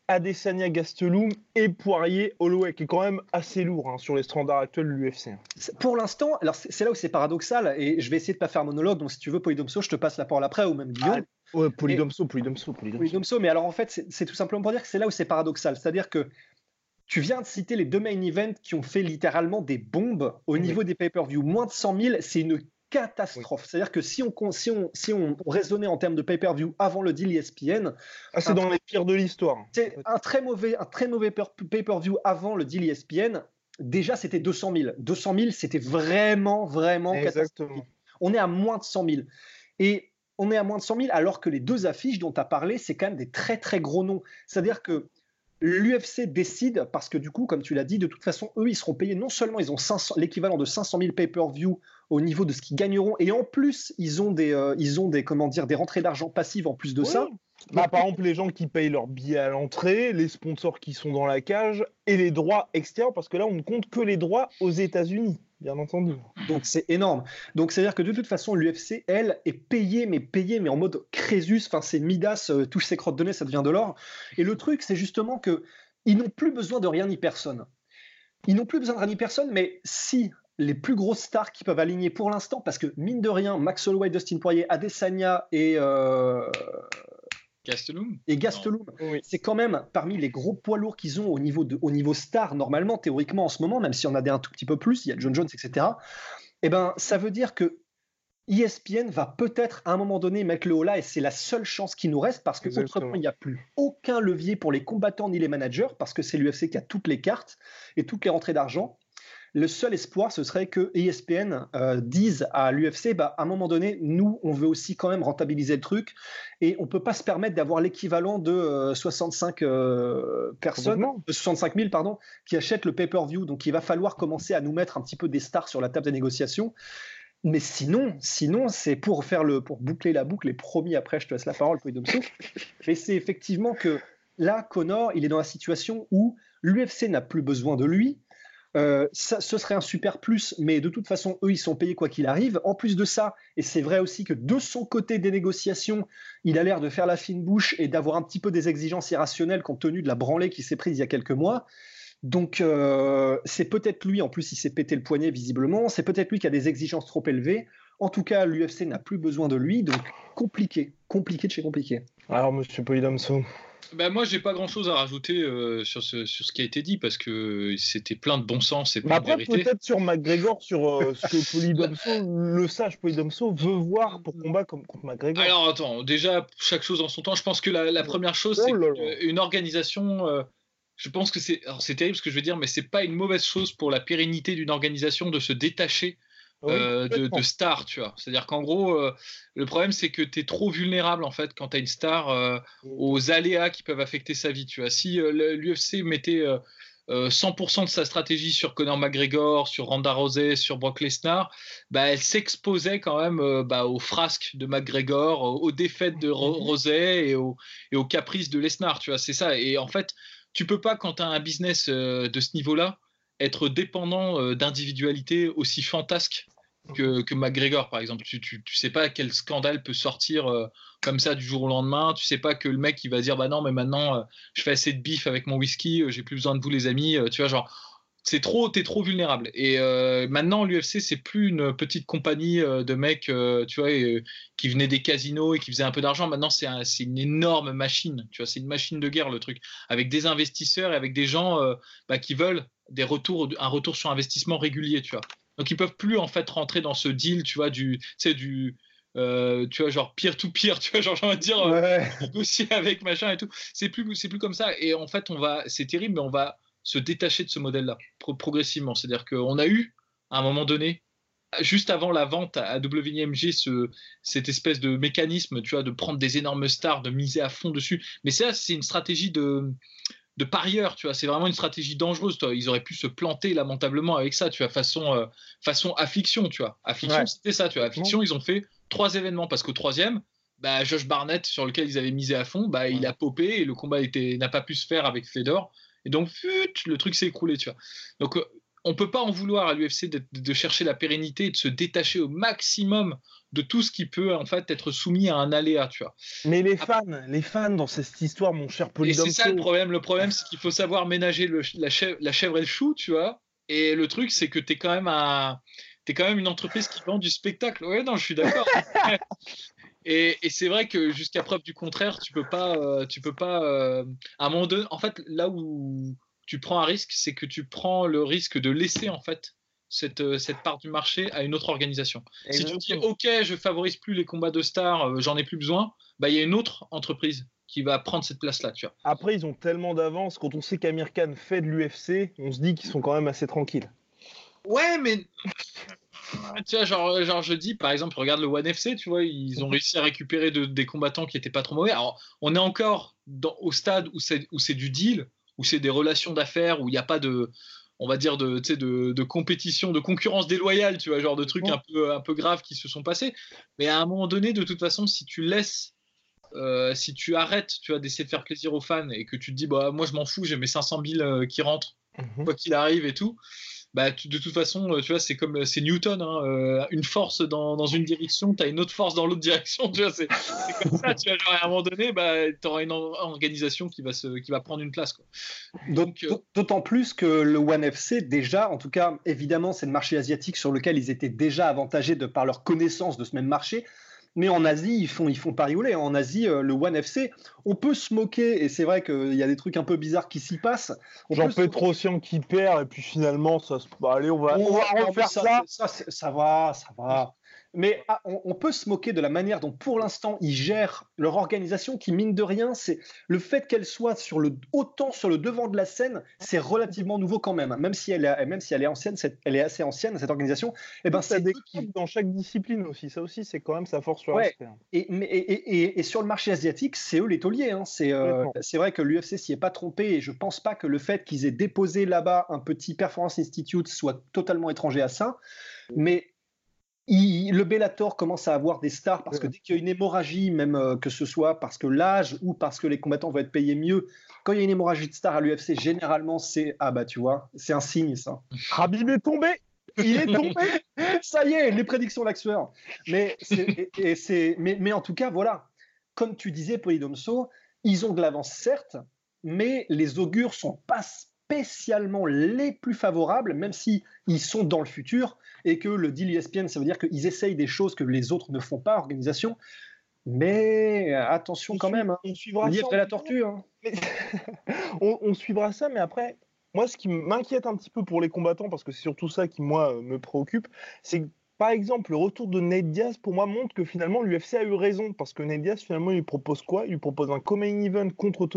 Adesanya, Gastelum et Poirier, Holloway, qui est quand même assez lourd sur les standards actuels de l'UFC. Pour l'instant, alors c'est là où c'est paradoxal, et je vais essayer de pas faire monologue, donc si tu veux, Polydomso, je te passe la parole après, ou même Guillaume. Ouais, Polydomso. Mais alors en fait, c'est tout simplement pour dire que c'est là où c'est paradoxal. C'est-à-dire que tu viens de citer les 2 main events qui ont fait littéralement des bombes au niveau des pay-per-view. Moins de 100 000, c'est une catastrophe. C'est-à-dire que si on raisonnait en termes de pay-per-view avant le deal ESPN, c'est dans les pires de l'histoire. C'est un très mauvais pay-per-view avant le deal ESPN. Déjà, c'était 200 000. 200 000, c'était vraiment catastrophique. On est à moins de 100 000. Et on est à moins de 100 000 alors que les 2 affiches dont tu as parlé, c'est quand même des très très gros noms. C'est-à-dire que l'UFC décide, parce que du coup, comme tu l'as dit, de toute façon, eux, ils seront payés. Non seulement ils ont l'équivalent de 500 000 pay-per-view au niveau de ce qu'ils gagneront, et en plus, ils ont des rentrées d'argent passives en plus de ça. Par exemple, les gens qui payent leur billet à l'entrée, les sponsors qui sont dans la cage, et les droits extérieurs, parce que là, on ne compte que les droits aux États-Unis, bien entendu. Donc, c'est énorme. Donc, c'est-à-dire que de toute façon, l'UFC, elle, est payée, mais en mode Crésus. Enfin, c'est Midas, touche ses crottes de nez, ça devient de l'or. Et le truc, c'est justement qu'ils n'ont plus besoin de rien ni personne. Ils n'ont plus besoin de rien ni personne, mais si les plus grosses stars qui peuvent aligner pour l'instant, parce que mine de rien, Max Holloway, Dustin Poirier, Adesanya et Gastelum, oui. C'est quand même parmi les gros poids lourds qu'ils ont au niveau star, normalement, théoriquement, en ce moment, même si on a des un tout petit peu plus, il y a John Jones, etc. Eh ben, ça veut dire que ESPN va peut-être à un moment donné mettre le haut là, et c'est la seule chance qui nous reste, parce qu'autrement, il n'y a plus aucun levier pour les combattants ni les managers, parce que c'est l'UFC qui a toutes les cartes et toutes les rentrées d'argent. Le seul espoir, ce serait que ESPN dise à l'UFC, à un moment donné, nous, on veut aussi quand même rentabiliser le truc, et on ne peut pas se permettre d'avoir l'équivalent de 65 000 qui achètent le pay-per-view. Donc, il va falloir commencer à nous mettre un petit peu des stars sur la table des négociations. Mais sinon, c'est pour boucler la boucle, et promis, après, je te laisse la parole, Polydomso. Mais c'est effectivement que là, Conor, il est dans la situation où l'UFC n'a plus besoin de lui. Ce serait un super plus, mais de toute façon, eux, ils sont payés quoi qu'il arrive. En plus de ça, et c'est vrai aussi que de son côté des négociations, il a l'air de faire la fine bouche et d'avoir un petit peu des exigences irrationnelles compte tenu de la branlée qui s'est prise il y a quelques mois. Donc, c'est peut-être lui, en plus, il s'est pété le poignet visiblement, c'est peut-être lui qui a des exigences trop élevées. En tout cas, l'UFC n'a plus besoin de lui, donc compliqué de chez compliqué. Alors, monsieur Polydomso. Moi, j'ai pas grand-chose à rajouter sur ce qui a été dit, parce que c'était plein de bon sens et plein de vérité. Peut-être sur McGregor, sur ce que Polydomso, le sage Polydomso, veut voir pour combattre contre McGregor. Alors, attends, déjà, chaque chose en son temps. Je pense que la première chose, c'est une organisation... je pense que c'est terrible ce que je veux dire, mais c'est pas une mauvaise chose pour la pérennité d'une organisation de se détacher de stars, tu vois. C'est-à-dire qu'en gros, le problème, c'est que tu es trop vulnérable, en fait, quand tu as une star aux aléas qui peuvent affecter sa vie, tu vois. Si l'UFC mettait 100% de sa stratégie sur Conor McGregor, sur Ronda Rousey, sur Brock Lesnar, elle s'exposait quand même aux frasques de McGregor, aux défaites de Rousey et aux caprices de Lesnar, tu vois. C'est ça. Et en fait, tu peux pas, quand tu as un business de ce niveau-là, être dépendant d'individualités aussi fantasques que McGregor, par exemple. Tu sais pas quel scandale peut sortir comme ça du jour au lendemain. Tu sais pas que le mec il va dire non, mais maintenant je fais assez de bif avec mon whisky, j'ai plus besoin de vous les amis. Tu vois, genre t'es trop vulnérable. Et maintenant l'UFC, c'est plus une petite compagnie de mecs tu vois, qui venaient des casinos et qui faisaient un peu d'argent. Maintenant c'est une énorme machine, tu vois, c'est une machine de guerre, le truc, avec des investisseurs et avec des gens qui veulent un retour sur investissement régulier, tu vois. Donc ils peuvent plus en fait rentrer dans ce deal, tu vois, tu vois, genre peer-to-peer, tu vois, genre j'ai envie de dire négocier avec machin et tout. C'est plus comme ça. Et en fait, c'est terrible, mais on va se détacher de ce modèle-là progressivement. C'est-à-dire qu'on a eu, à un moment donné, juste avant la vente à WMG, cette espèce de mécanisme, tu vois, de prendre des énormes stars, de miser à fond dessus. Mais ça, c'est une stratégie de parieur, tu vois, c'est vraiment une stratégie dangereuse, toi. Ils auraient pu se planter lamentablement avec ça, tu vois, façon Affliction, tu vois. Affliction, c'était ça, tu vois. Affliction, ils ont fait 3 événements, parce qu'au 3e, Josh Barnett, sur lequel ils avaient misé à fond, il a popé et le combat n'a pas pu se faire avec Fedor, et donc le truc s'est écroulé, tu vois. Donc on peut pas en vouloir à l'UFC de chercher la pérennité et de se détacher au maximum de tout ce qui peut en fait être soumis à un aléa, tu vois. Mais les fans dans cette histoire, mon cher Et Polydomso. c'est ça le problème. Le problème, c'est qu'il faut savoir ménager la chèvre et le chou, tu vois. Et le truc, c'est que t'es quand même une entreprise qui vend du spectacle. Ouais, non, je suis d'accord. Et c'est vrai que jusqu'à preuve du contraire, tu peux pas, à un moment donné, en fait, là où tu prends un risque, c'est que tu prends le risque de laisser en fait cette part du marché à une autre organisation. Exactement. Si tu dis OK, je favorise plus les combats de stars, j'en ai plus besoin, bah il y a une autre entreprise qui va prendre cette place-là, tu vois. Après, ils ont tellement d'avance. Quand on sait qu'Amir Khan fait de l'UFC, on se dit qu'ils sont quand même assez tranquilles. Ouais, mais tu vois, genre je dis, par exemple, regarde le One FC, tu vois, ils ont réussi à récupérer des combattants qui étaient pas trop mauvais. Alors, on est encore au stade où c'est du deal, où c'est des relations d'affaires, où il n'y a pas de, on va dire, de compétition, de concurrence déloyale, tu vois, genre de trucs un peu graves qui se sont passés. Mais à un moment donné, de toute façon, si tu arrêtes, tu vois, d'essayer de faire plaisir aux fans et que tu te dis, bah, moi je m'en fous, j'ai mes 500 000 qui rentrent, quoi qu'il arrive et tout. Bah, de toute façon, tu vois, c'est Newton, hein, une force dans une direction, tu as une autre force dans l'autre direction, tu vois, c'est comme ça, tu vois, genre, à un moment donné, bah, tu auras une organisation qui va prendre une place, quoi. D'autant plus que le One FC, déjà, en tout cas, évidemment, c'est le marché asiatique sur lequel ils étaient déjà avantagés de par leur connaissance de ce même marché. Mais en Asie, ils font pariouler. En Asie, le One FC, on peut se moquer, et c'est vrai qu'il y a des trucs un peu bizarres qui s'y passent. Genre Petrosian qui perd, et puis finalement, allez, on va refaire ça. Ça va. Mais on peut se moquer de la manière dont, pour l'instant, ils gèrent leur organisation, qui, mine de rien, c'est le fait qu'elle soit autant sur le devant de la scène, c'est relativement nouveau quand même. Même si elle est ancienne, elle est assez ancienne, cette organisation. Et ben, c'est des qui dans chaque discipline aussi. Ça aussi, c'est quand même sa force sur ouais. Et sur le marché asiatique, c'est eux les tauliers. Hein. C'est vrai que l'UFC s'y est pas trompé, et je pense pas que le fait qu'ils aient déposé là-bas un petit Performance Institute soit totalement étranger à ça. Mais le Bellator commence à avoir des stars parce que dès qu'il y a une hémorragie, même que ce soit parce que l'âge ou parce que les combattants vont être payés mieux, quand il y a une hémorragie de stars à l'UFC, généralement c'est tu vois, c'est un signe ça. Khabib est tombé. Il est tombé. Ça y est, les prédictions laxueurs. Mais en tout cas, voilà. Comme tu disais, Polydomso, ils ont de l'avance certes, mais les augures sont pas spécialement les plus favorables, même si ils sont dans le futur, et que le deal ESPN, ça veut dire qu'ils essayent des choses que les autres ne font pas, organisation. Mais attention quand même, on suivra ça, la tortue. Hein. on suivra ça, mais après, moi, ce qui m'inquiète un petit peu pour les combattants, parce que c'est surtout ça qui, moi, me préoccupe, c'est que, par exemple, le retour de Nate Diaz, pour moi, montre que finalement, l'UFC a eu raison, parce que Nate Diaz, finalement, il propose quoi ? Il lui propose un co-main event contre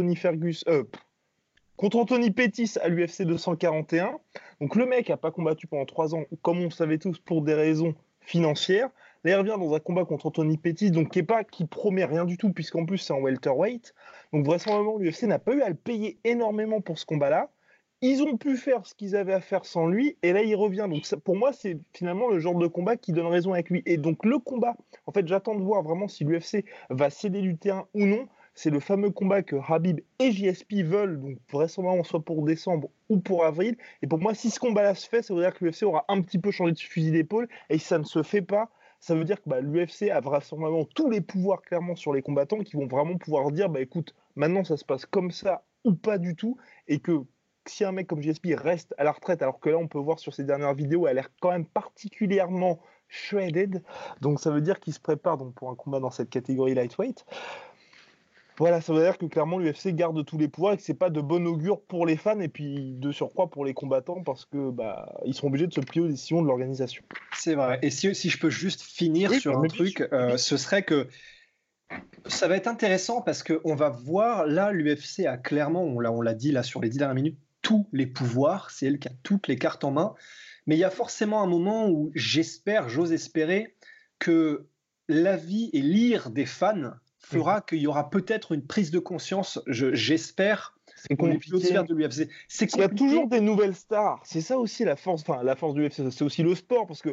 Anthony Pettis à l'UFC 241. Donc le mec n'a pas combattu pendant 3 ans, comme on le savait tous, pour des raisons financières. Là, il revient dans un combat contre Anthony Pettis, donc qui promet rien du tout, puisqu'en plus c'est en welterweight. Donc vraisemblablement, l'UFC n'a pas eu à le payer énormément pour ce combat-là. Ils ont pu faire ce qu'ils avaient à faire sans lui, et là il revient. Donc ça, pour moi, c'est finalement le genre de combat qui donne raison avec lui. Et donc le combat, en fait, j'attends de voir vraiment si l'UFC va céder du terrain ou non. C'est le fameux combat que Khabib et JSP veulent, donc vraisemblablement soit pour décembre ou pour avril. Et pour moi, si ce combat-là se fait, ça veut dire que l'UFC aura un petit peu changé de fusil d'épaule. Et si ça ne se fait pas, ça veut dire que l'UFC a vraisemblablement tous les pouvoirs clairement sur les combattants qui vont vraiment pouvoir dire, écoute, maintenant ça se passe comme ça ou pas du tout. Et que si un mec comme JSP reste à la retraite, alors que là on peut voir sur ses dernières vidéos, elle a l'air quand même particulièrement shredded. Donc ça veut dire qu'il se prépare donc, pour un combat dans cette catégorie lightweight. Voilà, ça veut dire que clairement l'UFC garde tous les pouvoirs et que c'est pas de bon augure pour les fans et puis de surcroît pour les combattants parce que ils seront obligés de se plier aux décisions de l'organisation. C'est vrai. Et si je peux juste finir sur un truc, ce serait que ça va être intéressant parce qu'on va voir, là l'UFC a clairement, on l'a dit là sur les 10 dernières minutes, tous les pouvoirs, c'est elle qui a toutes les cartes en main, mais il y a forcément un moment où j'ose espérer que l'avis et l'ire des fans fera qu'il y aura peut-être une prise de conscience, j'espère, dans les sphères de l'UFC. Il y a toujours des nouvelles stars. C'est ça aussi la force du UFC. C'est aussi le sport parce que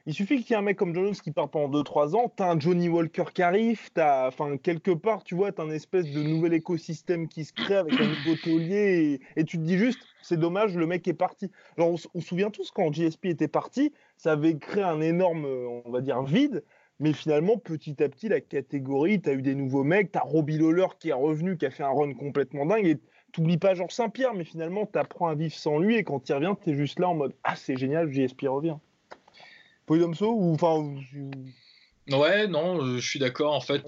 Il suffit qu'il y ait un mec comme John Jones qui part pendant 2-3 ans, t'as un Johnny Walker qui arrive, quelque part, tu vois, t'as un espèce de nouvel écosystème qui se crée avec un nouveau taulier, et tu te dis juste, c'est dommage, le mec est parti. Genre, on se souvient tous quand GSP était parti, ça avait créé un énorme, on va dire, vide, mais finalement, petit à petit, la catégorie, t'as eu des nouveaux mecs, t'as Robbie Lawler qui est revenu, qui a fait un run complètement dingue, et t'oublies pas Georges Saint-Pierre, mais finalement, t'apprends à vivre sans lui, et quand il revient, t'es juste là en mode, ah, c'est génial, GSP revient. Polydomso ou enfin Ouais, non, je suis d'accord. En fait,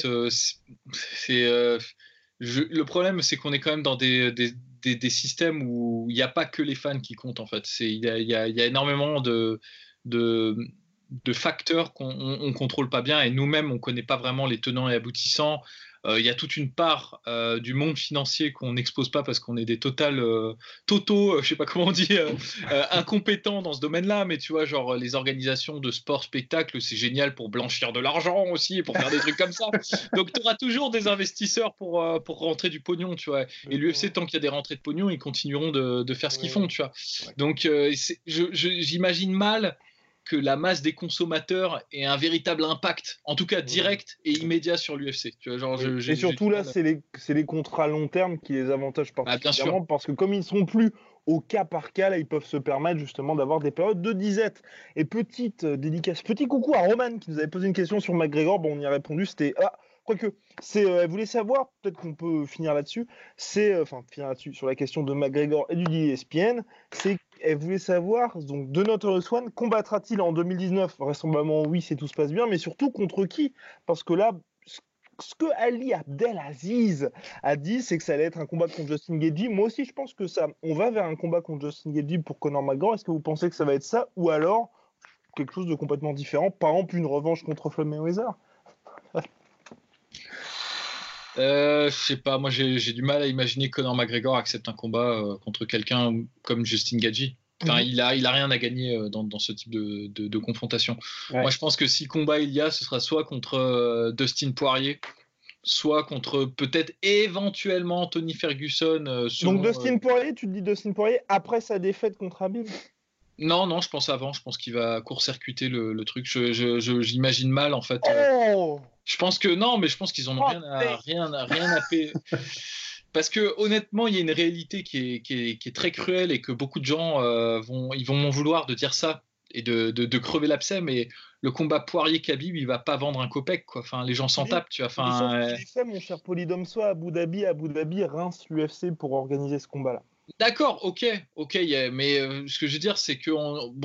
le problème, c'est qu'on est quand même dans des systèmes où il n'y a pas que les fans qui comptent. En fait, il y a énormément de facteurs qu'on ne contrôle pas bien, et nous-mêmes, on ne connaît pas vraiment les tenants et aboutissants. Il y a toute une part du monde financier qu'on n'expose pas parce qu'on est des totaux, je sais pas comment on dit, incompétents dans ce domaine-là, mais tu vois, genre les organisations de sport spectacle, c'est génial pour blanchir de l'argent aussi et pour faire des trucs comme ça. Donc tu auras toujours des investisseurs pour rentrer du pognon, tu vois. Et l'UFC, tant qu'il y a des rentrées de pognon, ils continueront de faire ce qu'ils font, tu vois. Donc j'imagine mal que la masse des consommateurs ait un véritable impact, en tout cas direct et immédiat sur l'UFC. Tu vois, genre, et surtout là, c'est les contrats à long terme qui les avantagent particulièrement, parce que comme ils ne sont plus au cas par cas, là, ils peuvent se permettre justement d'avoir des périodes de disette. Et petite dédicace, petit coucou à Roman qui nous avait posé une question sur McGregor. Bon, on y a répondu, c'était quoique, elle voulait savoir, peut-être qu'on peut finir là-dessus, finir là-dessus, sur la question de McGregor et du ESPN, elle voulait savoir, donc, de Notorious One, combattra-t-il en 2019 ? Vraisemblablement oui, si tout se passe bien, mais surtout contre qui ? Parce que là, ce que Ali Abdelaziz a dit, c'est que ça allait être un combat contre Justin Gaethje. Moi aussi, je pense que on va vers un combat contre Justin Gaethje pour Conor McGregor. Est-ce que vous pensez que ça va être ça, ou alors quelque chose de complètement différent, par exemple une revanche contre Floyd Mayweather ? Je sais pas, moi j'ai du mal à imaginer que Conor McGregor accepte un combat contre quelqu'un comme Justin Gaethje. Enfin, il a rien à gagner dans ce type de confrontation. Ouais. Moi, je pense que si combat il y a, ce sera soit contre Dustin Poirier, soit contre peut-être éventuellement Tony Ferguson. Donc Dustin Poirier, tu te dis Dustin Poirier après sa défaite contre Khabib ? Non, je pense avant. Je pense qu'il va court-circuiter le truc. J'imagine mal, en fait. Je pense que non, mais je pense qu'ils en ont rien à payer. Parce que honnêtement, il y a une réalité qui est très cruelle, et que beaucoup de gens vont m'en vouloir de dire ça et de crever l'abcès. Mais le combat Poirier-Khabib, il va pas vendre un copec, quoi. Enfin, les gens s'en tapent, tu vois. Enfin, il est fait, mon cher Polydomso, à Abu Dhabi rince l'UFC pour organiser ce combat-là. D'accord, ok, mais ce que je veux dire, c'est que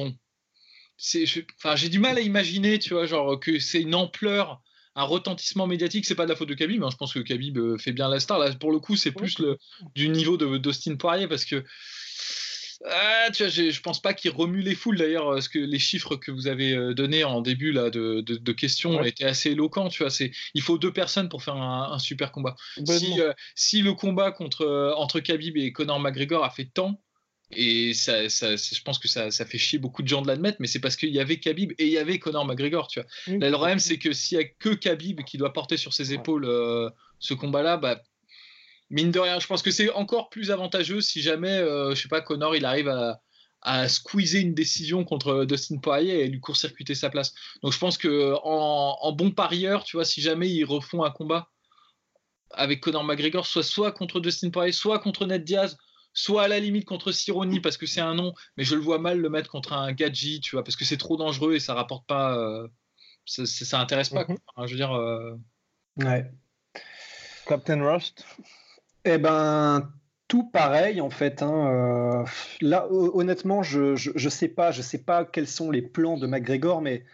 j'ai du mal à imaginer, tu vois, genre que c'est une ampleur, un retentissement médiatique. C'est pas de la faute de Khabib, hein. Je pense que Khabib fait bien la star. Là, pour le coup, c'est plus du niveau d'Austin Poirier, parce que tu vois, je pense pas qu'il remue les foules. D'ailleurs, parce que les chiffres que vous avez donnés en début là de questions étaient assez éloquents. Tu vois, il faut 2 personnes pour faire un super combat. Si le combat entre Khabib et Conor McGregor a fait tant, et je pense que ça fait chier beaucoup de gens de l'admettre, mais c'est parce qu'il y avait Khabib et il y avait Conor McGregor. Tu vois. Là, le problème, c'est que s'il y a que Khabib qui doit porter sur ses épaules ce combat-là, bah, mine de rien, je pense que c'est encore plus avantageux si jamais, je sais pas, Conor il arrive à squeezer une décision contre Dustin Poirier et lui court-circuiter sa place. Donc je pense que en bon parieur, tu vois, si jamais ils refont un combat avec Conor McGregor, soit contre Dustin Poirier, soit contre Ned Diaz, soit à la limite contre Cerrone, parce que c'est un nom, mais je le vois mal le mettre contre un Gaethje, tu vois, parce que c'est trop dangereux et ça rapporte pas, ça intéresse pas. Enfin, je veux dire. Ouais. Captain Rust. Eh ben, tout pareil en fait. Là, honnêtement, je sais pas quels sont les plans de McGregor, mais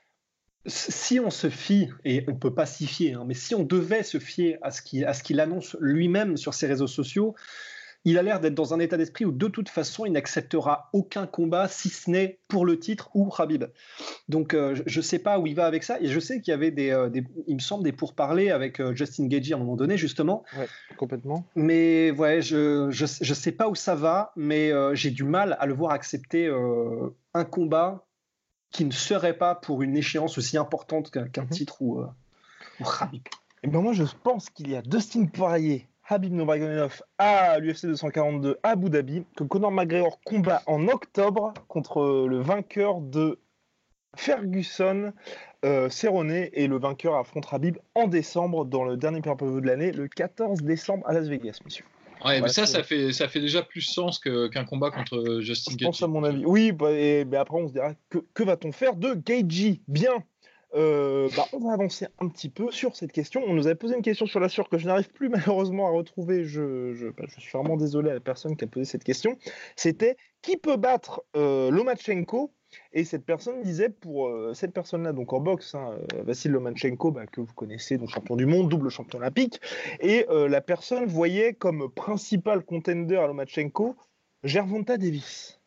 si on se fie, et on peut pas s'y fier, mais si on devait se fier à ce qu'il annonce lui-même sur ses réseaux sociaux, il a l'air d'être dans un état d'esprit où de toute façon il n'acceptera aucun combat si ce n'est pour le titre ou Khabib. Donc je ne sais pas où il va avec ça, et je sais qu'il y avait il me semble, des pourparlers avec Justin Gaethje à un moment donné justement. Ouais, complètement. Mais ouais, je sais pas où ça va, mais j'ai du mal à le voir accepter un combat qui ne serait pas pour une échéance aussi importante qu'un titre ou Khabib. Et ben moi je pense qu'il y a Dustin Poirier, Khabib Nurmagomedov à l'UFC 242 à Abu Dhabi, que Conor McGregor combat en octobre contre le vainqueur de Ferguson, Cerrone et le vainqueur affronte Khabib en décembre dans le dernier pay-per-view de l'année, le 14 décembre à Las Vegas, messieurs. Ouais, mais Voilà, ça fait déjà plus sens qu'un combat contre Justin je Gaethje. pense à mon avis. Oui, mais après on se dira que va-t-on faire de Gaethje? Bien. On va avancer un petit peu sur cette question. On nous avait posé une question sur la sueur que je n'arrive plus malheureusement à retrouver. Je suis vraiment désolé à la personne qui a posé cette question. C'était qui peut battre Lomachenko? Et cette personne disait pour cette personne-là, donc en boxe, Vassil Lomachenko, que vous connaissez, donc champion du monde, double champion olympique. Et la personne voyait comme principal contender à Lomachenko Gervonta Davis.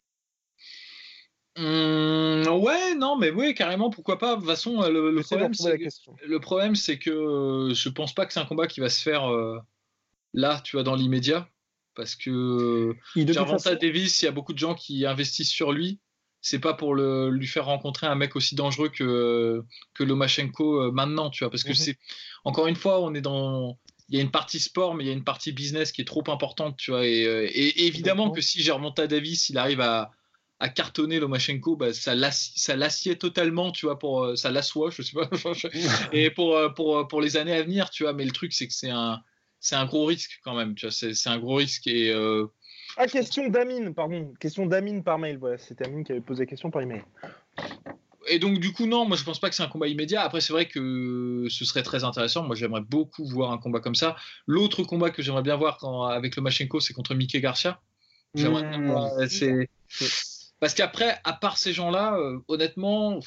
Ouais, non, mais oui, carrément, pourquoi pas. De toute façon, le problème, c'est que je pense pas que c'est un combat qui va se faire là, tu vois, dans l'immédiat. Parce que Gervonta Davis, il y a beaucoup de gens qui investissent sur lui. C'est pas pour lui faire rencontrer un mec aussi dangereux que Lomachenko maintenant, tu vois. Parce que c'est, encore une fois, il y a une partie sport, mais il y a une partie business qui est trop importante, tu vois. Et évidemment que si Gervonta Davis, il arrive à cartonner Lomachenko, ça l'assied totalement, tu vois, ça l'assoit, je sais pas, et pour les années à venir, tu vois. Mais le truc, c'est que c'est un gros risque quand même, tu vois. C'est un gros risque et question d'Amine par mail. Voilà, c'était Amine qui avait posé la question par email. Et donc du coup non, moi je pense pas que c'est un combat immédiat. Après c'est vrai que ce serait très intéressant. Moi j'aimerais beaucoup voir un combat comme ça. L'autre combat que j'aimerais bien voir avec Lomachenko, c'est contre Mickey Garcia. J'aimerais bien voir. Parce qu'après, à part ces gens-là, honnêtement,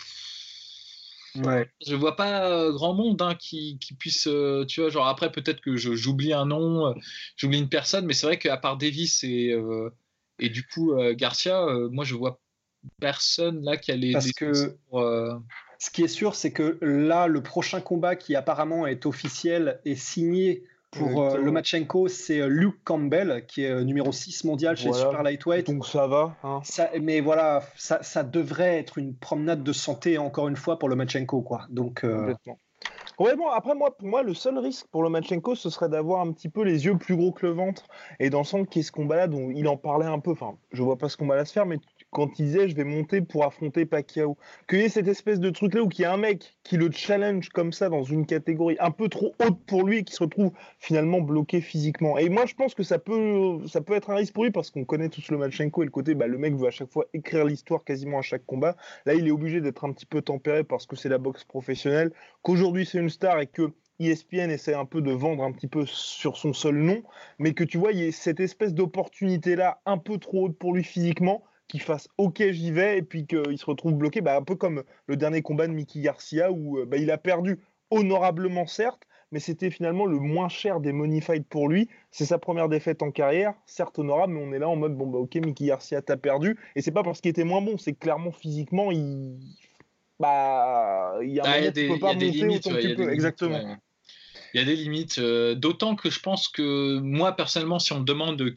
je vois pas grand monde qui puisse, tu vois, genre après peut-être que j'oublie un nom, j'oublie une personne, mais c'est vrai qu'à part Davis et du coup Garcia, moi je vois personne là qui a les. Parce que ce qui est sûr, c'est que là, le prochain combat qui apparemment est officiel et signé pour Lomachenko, c'est Luke Campbell, qui est numéro 6 mondial chez Super Lightweight. Donc ça va. Mais voilà, ça devrait être une promenade de santé, encore une fois, pour Lomachenko, quoi. Donc, ouais, bon, après, pour moi, le seul risque pour Lomachenko, ce serait d'avoir un petit peu les yeux plus gros que le ventre. Et dans le sens qu'il y a ce combat-là, dont il en parlait un peu, enfin, je vois pas ce combat-là se faire, mais quand il disait je vais monter pour affronter Pacquiao, qu'il y ait cette espèce de truc là où il y a un mec qui le challenge comme ça dans une catégorie un peu trop haute pour lui et qui se retrouve finalement bloqué physiquement. Et moi je pense que ça peut être un risque pour lui parce qu'on connaît tous Lomachenko et le côté le mec veut à chaque fois écrire l'histoire quasiment à chaque combat. Là il est obligé d'être un petit peu tempéré parce que c'est la boxe professionnelle, qu'aujourd'hui c'est une star et que ESPN essaie un peu de vendre un petit peu sur son seul nom, mais que tu vois il y a cette espèce d'opportunité là un peu trop haute pour lui physiquement, qu'il fasse ok j'y vais et puis qu'il se retrouve bloqué, un peu comme le dernier combat de Mickey Garcia où il a perdu honorablement certes, mais c'était finalement le moins cher des money fights pour lui. C'est sa première défaite en carrière, certes honorable, mais on est là en mode ok Mickey Garcia t'as perdu, et c'est pas parce qu'il était moins bon, c'est que clairement physiquement il y a des limites, exactement. Ouais. Il y a des limites, d'autant que je pense que moi personnellement, si on me demande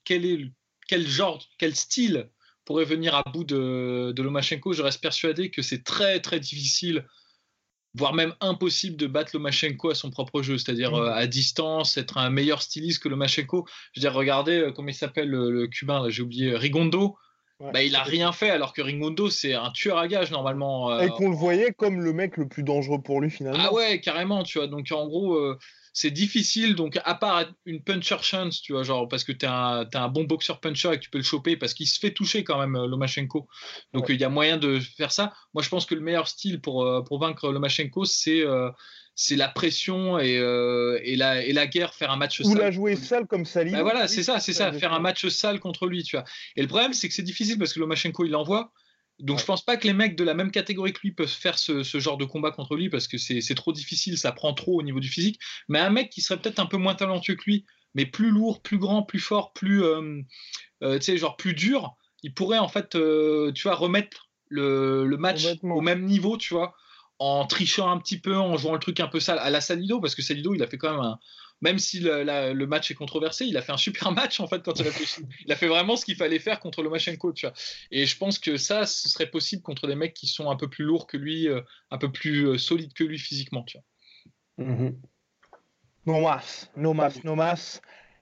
quel style pourrait venir à bout de Lomachenko, je reste persuadé que c'est très très difficile, voire même impossible de battre Lomachenko à son propre jeu, c'est-à-dire à distance, être un meilleur styliste que Lomachenko. Je veux dire, regardez comment il s'appelle le Cubain, là, j'ai oublié, Rigondeaux. Il a rien fait, alors que Rigondeaux c'est un tueur à gages normalement. Et qu'on le voyait comme le mec le plus dangereux pour lui finalement. Ah ouais, carrément, tu vois. Donc en gros, c'est difficile. Donc à part une puncher chance, tu vois, genre parce que t'es un bon boxeur puncher et que tu peux le choper, parce qu'il se fait toucher quand même Lomachenko. Donc il y a moyen de faire ça. Moi je pense que le meilleur style pour vaincre Lomachenko, c'est la pression et la guerre, faire un match sale. Ou la jouer sale comme Salim. Voilà, c'est ça, faire un match sale contre lui, tu vois. Et le problème, c'est que c'est difficile parce que Lomachenko, il l'envoie. Donc je pense pas que les mecs de la même catégorie que lui peuvent faire ce genre de combat contre lui parce que c'est trop difficile, ça prend trop au niveau du physique. Mais un mec qui serait peut-être un peu moins talentueux que lui, mais plus lourd, plus grand, plus fort, plus plus dur, il pourrait en fait tu vois, remettre le match au même niveau, tu vois, en trichant un petit peu, en jouant le truc un peu sale à la Salido, parce que Salido il a fait quand même même si le match est controversé, il a fait un super match en fait quand il réfléchit. Il a fait vraiment ce qu'il fallait faire contre Lomachenko, tu vois. Et je pense que ça, ce serait possible contre des mecs qui sont un peu plus lourds que lui, un peu plus solides que lui physiquement, tu vois. No mas.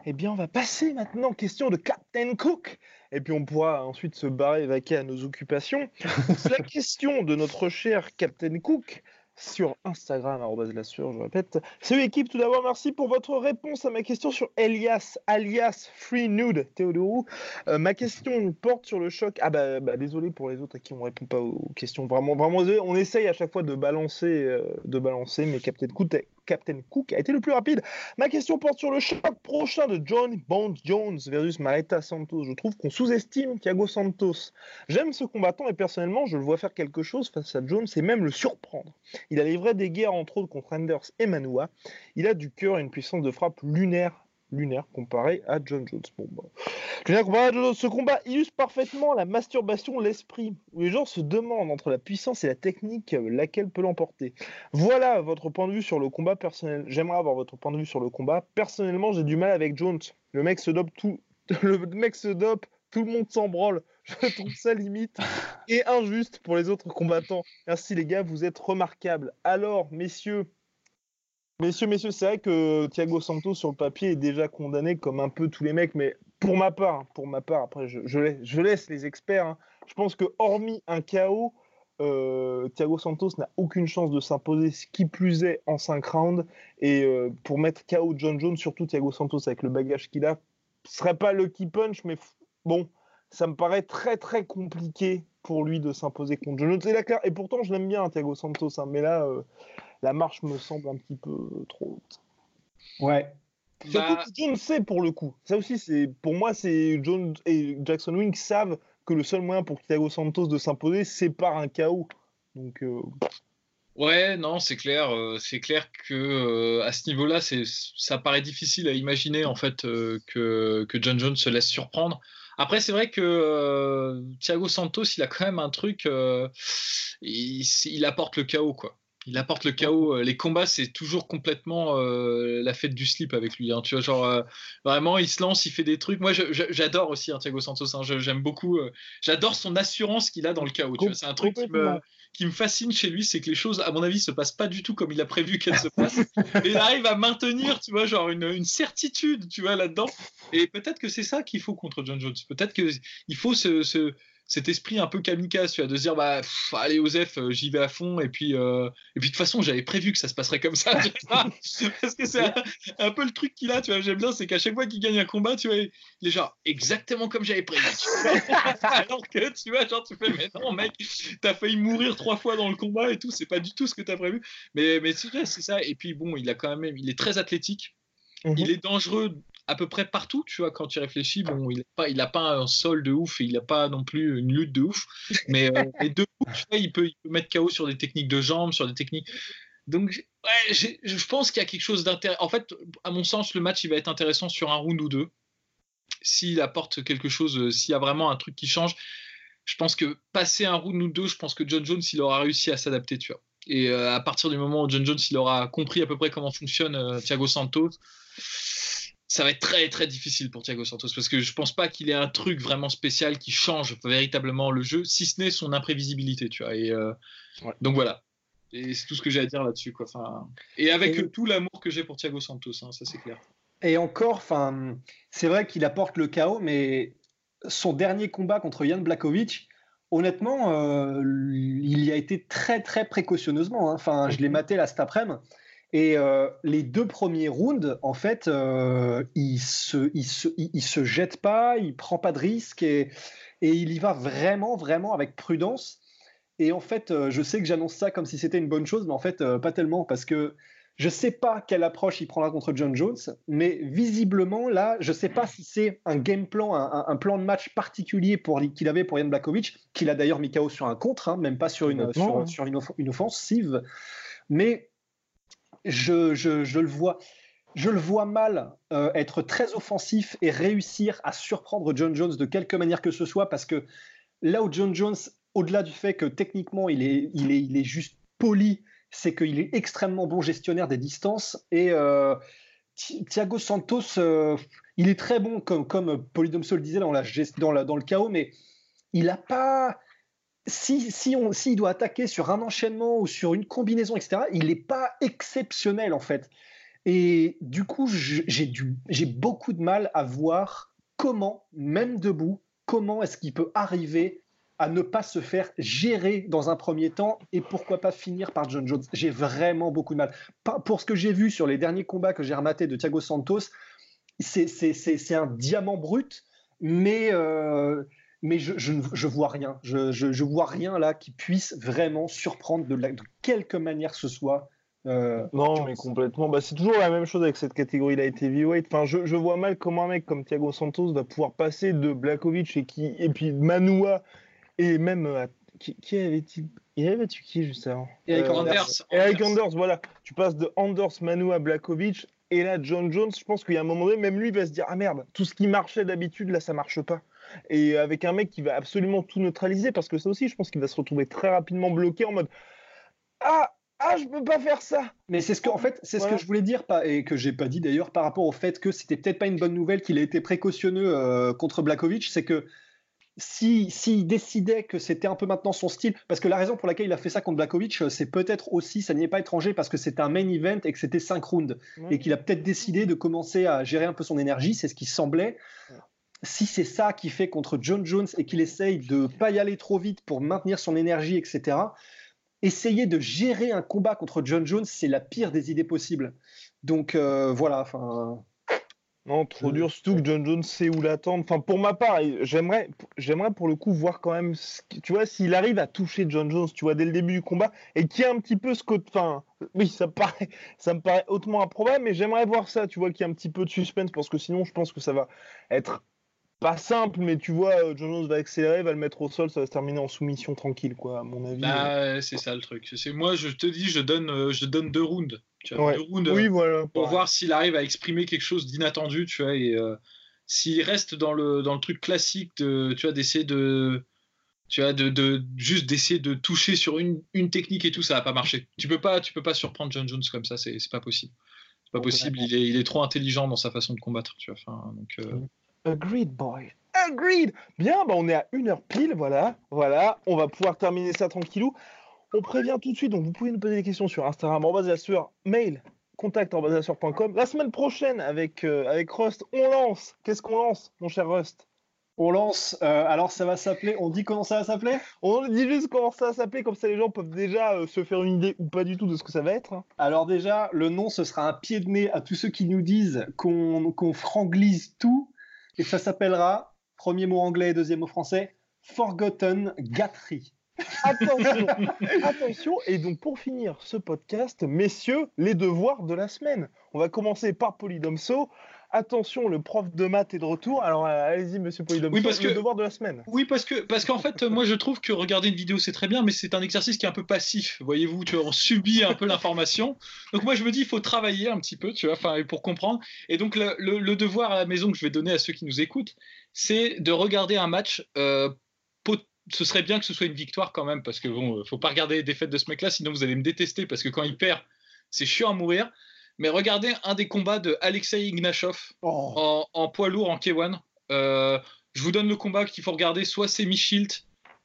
Eh bien, on va passer maintenant question de Captain Cook. Et puis, on pourra ensuite se barrer et vaquer à nos occupations. C'est la question de notre cher Captain Cook sur Instagram, @lassueur, je répète. Salut équipe, tout d'abord, merci pour votre réponse à ma question sur Elias, alias Free Nude Théodorou. Ma question porte sur le choc. Ah bah, désolé pour les autres à qui on ne répond pas aux questions. Vraiment, vraiment désolé. On essaye à chaque fois de balancer, mais Captain Cook a été le plus rapide. Ma question porte sur le choc prochain de John Bones Jones versus Marita Santos. Je trouve qu'on sous-estime Thiago Santos. J'aime ce combattant et personnellement, je le vois faire quelque chose face à Jones et même le surprendre. Il a livré des guerres entre autres contre Anders et Manua. Il a du cœur et une puissance de frappe lunaire comparé à John Jones. Ce combat illustre parfaitement la masturbation de l'esprit, où les gens se demandent entre la puissance et la technique laquelle peut l'emporter. Voilà votre point de vue sur le combat personnel. J'aimerais avoir votre point de vue sur le combat. Personnellement, j'ai du mal avec Jones. Le mec se dope, tout le monde s'en branle. Je trouve ça limite et injuste pour les autres combattants. Merci les gars, vous êtes remarquables. Alors, messieurs, c'est vrai que Thiago Santos sur le papier est déjà condamné comme un peu tous les mecs, mais pour ma part, après je laisse les experts. Hein. Je pense que hormis un KO, Thiago Santos n'a aucune chance de s'imposer, ce qui plus est en 5 rounds. Et pour mettre KO John Jones, surtout Thiago Santos avec le bagage qu'il a, ce serait pas lucky punch, mais bon, ça me paraît très très compliqué pour lui de s'imposer contre John Jones. Et pourtant, je l'aime bien Thiago Santos, hein, mais là. La marche me semble un petit peu trop haute. Ouais. Surtout que Jones sait pour le coup. Ça aussi, pour moi, c'est Jones et Jackson Wink savent que le seul moyen pour Thiago Santos de s'imposer, c'est par un KO. Donc. Ouais, non, c'est clair. C'est clair que à ce niveau-là, ça paraît difficile à imaginer en fait que John Jones se laisse surprendre. Après, c'est vrai que Thiago Santos, il a quand même un truc. Il apporte le KO, quoi. Il apporte le chaos. Les combats, c'est toujours complètement la fête du slip avec lui. Hein. Tu vois, genre, vraiment, il se lance, il fait des trucs. Moi, j'adore aussi Thiago Santos. Hein. J'aime beaucoup. J'adore son assurance qu'il a dans le chaos. Tu vois, c'est un truc qui me fascine chez lui. C'est que les choses, à mon avis, se passent pas du tout comme il a prévu qu'elles se passent. Et il arrive à maintenir, tu vois, genre une certitude, tu vois, là-dedans. Et peut-être que c'est ça qu'il faut contre John Jones. Peut-être qu'il faut cet esprit un peu kamikaze, tu vois, de se dire allez Osef, j'y vais à fond et puis de toute façon j'avais prévu que ça se passerait comme ça, parce que c'est un peu le truc qu'il a, tu vois, j'aime bien, c'est qu'à chaque fois qu'il gagne un combat, tu vois, il est genre exactement comme j'avais prévu, alors que tu vois, genre tu fais mais non mec, t'as failli mourir 3 fois dans le combat et tout, c'est pas du tout ce que t'as prévu, mais c'est vrai, c'est ça. Et puis bon, il est très athlétique. Il est dangereux à peu près partout, tu vois, quand tu réfléchis. Bon, il a pas un sol de ouf et il a pas non plus une lutte de ouf, mais debout, tu vois, il peut mettre KO sur des techniques de jambes, sur des techniques. Donc, ouais, je pense qu'il y a quelque chose d'intéressant. En fait, à mon sens, le match, il va être intéressant sur un round ou deux. S'il apporte quelque chose, s'il y a vraiment un truc qui change, je pense que passer un round ou deux, je pense que John Jones, il aura réussi à s'adapter, tu vois. Et à partir du moment où John Jones, il aura compris à peu près comment fonctionne Thiago Santos, ça va être très très difficile pour Thiago Santos, parce que je pense pas qu'il ait un truc vraiment spécial qui change véritablement le jeu, si ce n'est son imprévisibilité, tu vois. Et ouais. Donc voilà. Et c'est tout ce que j'ai à dire là-dessus, quoi. Enfin, et avec tout l'amour que j'ai pour Thiago Santos, hein, ça c'est clair. Et encore, c'est vrai qu'il apporte le chaos, mais son dernier combat contre Jan Blachowicz, honnêtement, il y a été très très précautionneusement. Hein. Enfin, je l'ai maté là cet après-midi. Et les 2 premiers rounds, en fait, il se jette pas, il prend pas de risque et il y va vraiment, vraiment avec prudence. Et en fait, je sais que j'annonce ça comme si c'était une bonne chose, mais en fait, pas tellement, parce que je sais pas quelle approche il prendra contre John Jones, mais visiblement, là, je sais pas si c'est un game plan, un plan de match particulier qu'il avait pour Jan Blachowicz, qu'il a d'ailleurs mis KO sur un contre, hein, même pas sur une offensive, mais je le vois mal être très offensif et réussir à surprendre John Jones de quelque manière que ce soit, parce que là où John Jones, au-delà du fait que techniquement il est juste poli, c'est qu'il est extrêmement bon gestionnaire des distances. Et Thiago Santos, il est très bon, comme Polydomso le disait dans le chaos, mais il n'a pas... S'il doit attaquer sur un enchaînement ou sur une combinaison, etc., il n'est pas exceptionnel en fait. Et du coup, j'ai beaucoup de mal à voir comment, même debout, comment est-ce qu'il peut arriver à ne pas se faire gérer dans un premier temps et pourquoi pas finir par John Jones. J'ai vraiment beaucoup de mal. Pour ce que j'ai vu sur les derniers combats que j'ai rematés de Thiago Santos, c'est un diamant brut, mais je vois rien. Je vois rien là qui puisse vraiment surprendre de quelque manière que ce soit. Non, mais complètement. Bah, c'est toujours la même chose avec cette catégorie light heavyweight. Enfin, je vois mal comment un mec comme Thiago Santos va pouvoir passer de Blachowicz et puis Manoa et même qui avait-il? Il avait battu qui juste avant? Eric Anders, voilà. Tu passes de Anders, Manoa, Blachowicz et là John Jones. Je pense qu'il y a un moment donné, même lui va se dire ah merde, tout ce qui marchait d'habitude là, ça marche pas. Et avec un mec qui va absolument tout neutraliser, parce que ça aussi, je pense qu'il va se retrouver très rapidement bloqué en mode je peux pas faire ça. Mais c'est ce que je voulais dire et que j'ai pas dit d'ailleurs par rapport au fait que c'était peut-être pas une bonne nouvelle qu'il ait été précautionneux contre Blachowicz, c'est que s'il décidait que c'était un peu maintenant son style, parce que la raison pour laquelle il a fait ça contre Blachowicz, c'est peut-être aussi, ça n'y est pas étranger, parce que c'était un main event et que c'était 5 rounds, et qu'il a peut-être décidé de commencer à gérer un peu son énergie, c'est ce qui semblait. Si c'est ça qu'il fait contre John Jones et qu'il essaye de pas y aller trop vite pour maintenir son énergie, etc., essayer de gérer un combat contre John Jones, c'est la pire des idées possibles. Donc voilà, enfin... Non, trop dur, surtout que John Jones sait où l'attendre. Enfin, pour ma part, j'aimerais pour le coup voir quand même, tu vois, s'il arrive à toucher John Jones, tu vois, dès le début du combat, et qu'il y a un petit peu ce côté... Enfin, oui, ça me paraît hautement improbable, mais j'aimerais voir ça, tu vois, qu'il y a un petit peu de suspense, parce que sinon, je pense que ça va être... pas simple, mais tu vois, John Jones va accélérer, va le mettre au sol, ça va se terminer en soumission tranquille, quoi, à mon avis. Bah, c'est ça le truc. Moi, je te dis, je donne 2 rounds. Tu vois, ouais. 2 rounds oui, voilà, pour voir s'il arrive à exprimer quelque chose d'inattendu, tu vois, et s'il reste dans le truc classique tu vois, d'essayer de juste d'essayer de toucher sur une technique et tout, ça va pas marcher. Tu peux pas surprendre John Jones comme ça, c'est pas possible. C'est pas possible, il est trop intelligent dans sa façon de combattre, tu vois. Enfin, donc Agreed, boy. Agreed. Bien, bah on est à 1h pile, voilà. On va pouvoir terminer ça tranquillou. On prévient tout de suite, donc vous pouvez nous poser des questions sur Instagram, @lasseur, mail, contact@lasseur.com. La semaine prochaine, avec Rust, on lance. Qu'est-ce qu'on lance, mon cher Rust? On lance, alors ça va s'appeler, on dit comment ça va s'appeler? On dit juste comment ça va s'appeler, comme ça les gens peuvent déjà se faire une idée ou pas du tout de ce que ça va être. Alors déjà, le nom, ce sera un pied de nez à tous ceux qui nous disent qu'on franglise tout, et ça s'appellera, premier mot anglais et deuxième mot français, Forgotten Gattery. Attention, et donc pour finir ce podcast, messieurs, les devoirs de la semaine. On va commencer par Polydomso. Attention, le prof de maths est de retour. Alors allez-y, monsieur Polydomso, le devoir de la semaine. Oui, parce qu'en fait, moi je trouve que regarder une vidéo c'est très bien, mais c'est un exercice qui est un peu passif. Voyez-vous, tu vois, on subit un peu l'information. Donc moi je me dis, il faut travailler un petit peu, tu vois, pour comprendre. Et donc le devoir à la maison que je vais donner à ceux qui nous écoutent, c'est de regarder un match. Ce serait bien que ce soit une victoire quand même, parce que bon, faut pas regarder les défaites de ce mec-là, sinon vous allez me détester, parce que quand il perd, c'est chiant à mourir. Mais regardez un des combats de Alexei Ignashov en poids lourd en K1. Je vous donne le combat qu'il faut regarder, soit c'est Michilt,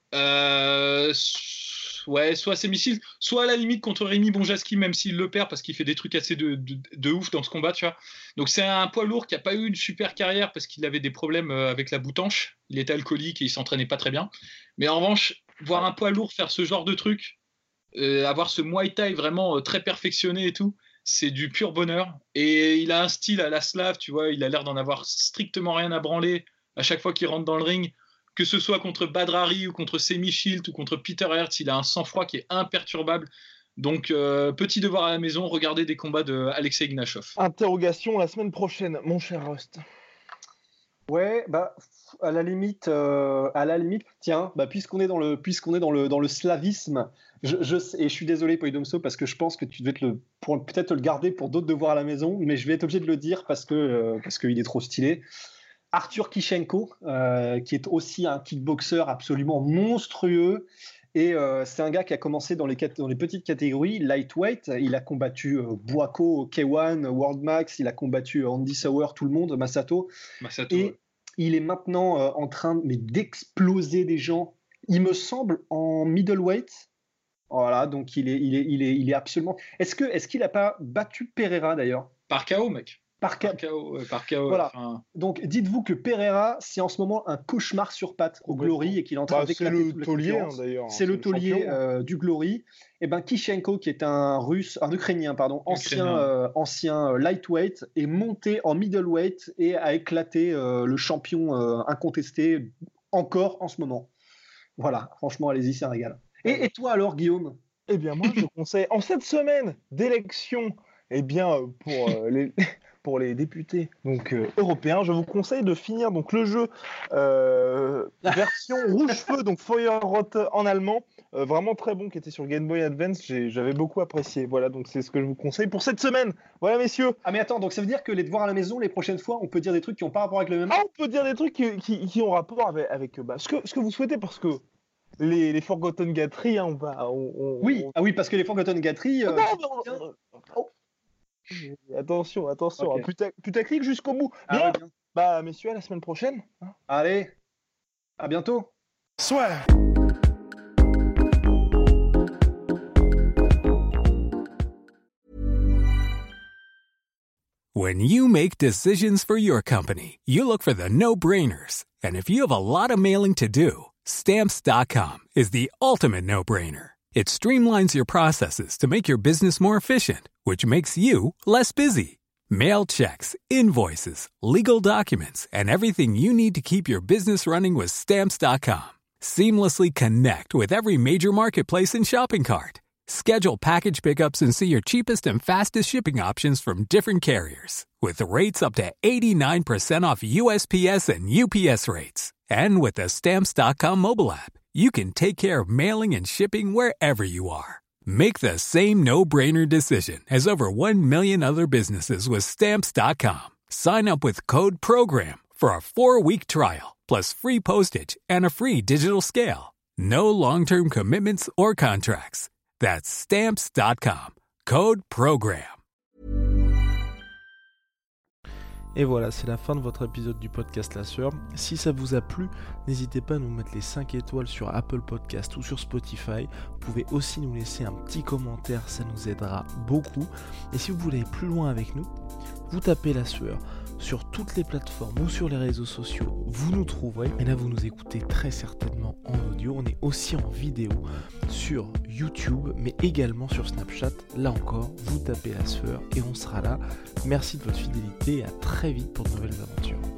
soit c'est Michilt, soit à la limite contre Rémi Bonjaski, même s'il le perd parce qu'il fait des trucs assez de ouf dans ce combat, tu vois. Donc c'est un poids lourd qui n'a pas eu une super carrière parce qu'il avait des problèmes avec la boutanche. Il était alcoolique et il s'entraînait pas très bien. Mais en revanche, voir un poids lourd faire ce genre de truc, avoir ce Muay Thai vraiment très perfectionné et tout, c'est du pur bonheur. Et il a un style à la Slave, tu vois, il a l'air d'en avoir strictement rien à branler à chaque fois qu'il rentre dans le ring. Que ce soit contre Badrari ou contre Semi Shield ou contre Peter Hertz, il a un sang-froid qui est imperturbable. Donc, petit devoir à la maison, regardez des combats de Alexei Ignashov. Interrogation la semaine prochaine, mon cher Rust. Ouais, bah à la limite, tiens, bah puisqu'on est dans le slavisme, et je suis désolé Polydomso parce que je pense que tu devais peut-être te le garder pour d'autres devoirs à la maison, mais je vais être obligé de le dire parce qu'il est trop stylé. Arthur Kishenko, qui est aussi un kickboxer absolument monstrueux. Et c'est un gars qui a commencé dans les petites catégories, lightweight. Il a combattu Boako, K1, World Max. Il a combattu Andy Sauer, tout le monde, Masato. Et il est maintenant en train d'exploser des gens, il me semble, en middleweight. Voilà, donc il est absolument... Est-ce qu'il n'a pas battu Pereira, d'ailleurs ? Par KO, mec. Par KO. Voilà. Donc, dites-vous que Pereira, c'est en ce moment un cauchemar sur pattes au Glory et qu'il est en train d'éclater toute la concurrence. D'ailleurs. C'est le taulier du Glory. Et ben Kishenko, qui est un Ukrainien, ancien lightweight, est monté en middleweight et a éclaté le champion incontesté encore en ce moment. Voilà, franchement, allez-y, c'est un régal. Et toi alors, Guillaume ? Eh bien, moi, je conseille, en cette semaine d'élection, pour les députés européens, je vous conseille de finir donc le jeu version rouge-feu, donc Feuerrot en allemand, vraiment très bon, qui était sur Game Boy Advance, j'avais beaucoup apprécié. Voilà, donc c'est ce que je vous conseille pour cette semaine. Voilà, messieurs. Ah mais attends, donc ça veut dire que les devoirs à la maison, les prochaines fois, on peut dire des trucs qui n'ont pas rapport avec le même. Ah, on peut dire des trucs qui ont rapport avec ce que vous souhaitez, parce que les Forgotten Gatry, hein, oui, parce que les Forgotten Gatry. Attention, Okay. putaclic jusqu'au bout. Bien. Ouais, bien. Bah, messieurs, à la semaine prochaine. Allez, à bientôt. Soit. When you make decisions for your company, you look for the no-brainers. And if you have a lot of mailing to do, Stamps.com is the ultimate no-brainer. It streamlines your processes to make your business more efficient, which makes you less busy. Mail checks, invoices, legal documents, and everything you need to keep your business running with Stamps.com. Seamlessly connect with every major marketplace and shopping cart. Schedule package pickups and see your cheapest and fastest shipping options from different carriers, with rates up to 89% off USPS and UPS rates. And with the Stamps.com mobile app, you can take care of mailing and shipping wherever you are. Make the same no-brainer decision as over 1 million other businesses with Stamps.com. Sign up with code PROGRAM for a 4-week trial, plus free postage and a free digital scale. No long-term commitments or contracts. That's Stamps.com. Code PROGRAM. Et voilà, c'est la fin de votre épisode du podcast La Sueur. Si ça vous a plu, n'hésitez pas à nous mettre les 5 étoiles sur Apple Podcast ou sur Spotify. Vous pouvez aussi nous laisser un petit commentaire, ça nous aidera beaucoup. Et si vous voulez aller plus loin avec nous, vous tapez La Sueur sur toutes les plateformes ou sur les réseaux sociaux, vous nous trouverez. Et là, vous nous écoutez très certainement en audio. On est aussi en vidéo sur YouTube, mais également sur Snapchat. Là encore, vous tapez La Sueur et on sera là. Merci de votre fidélité et à très vite pour de nouvelles aventures.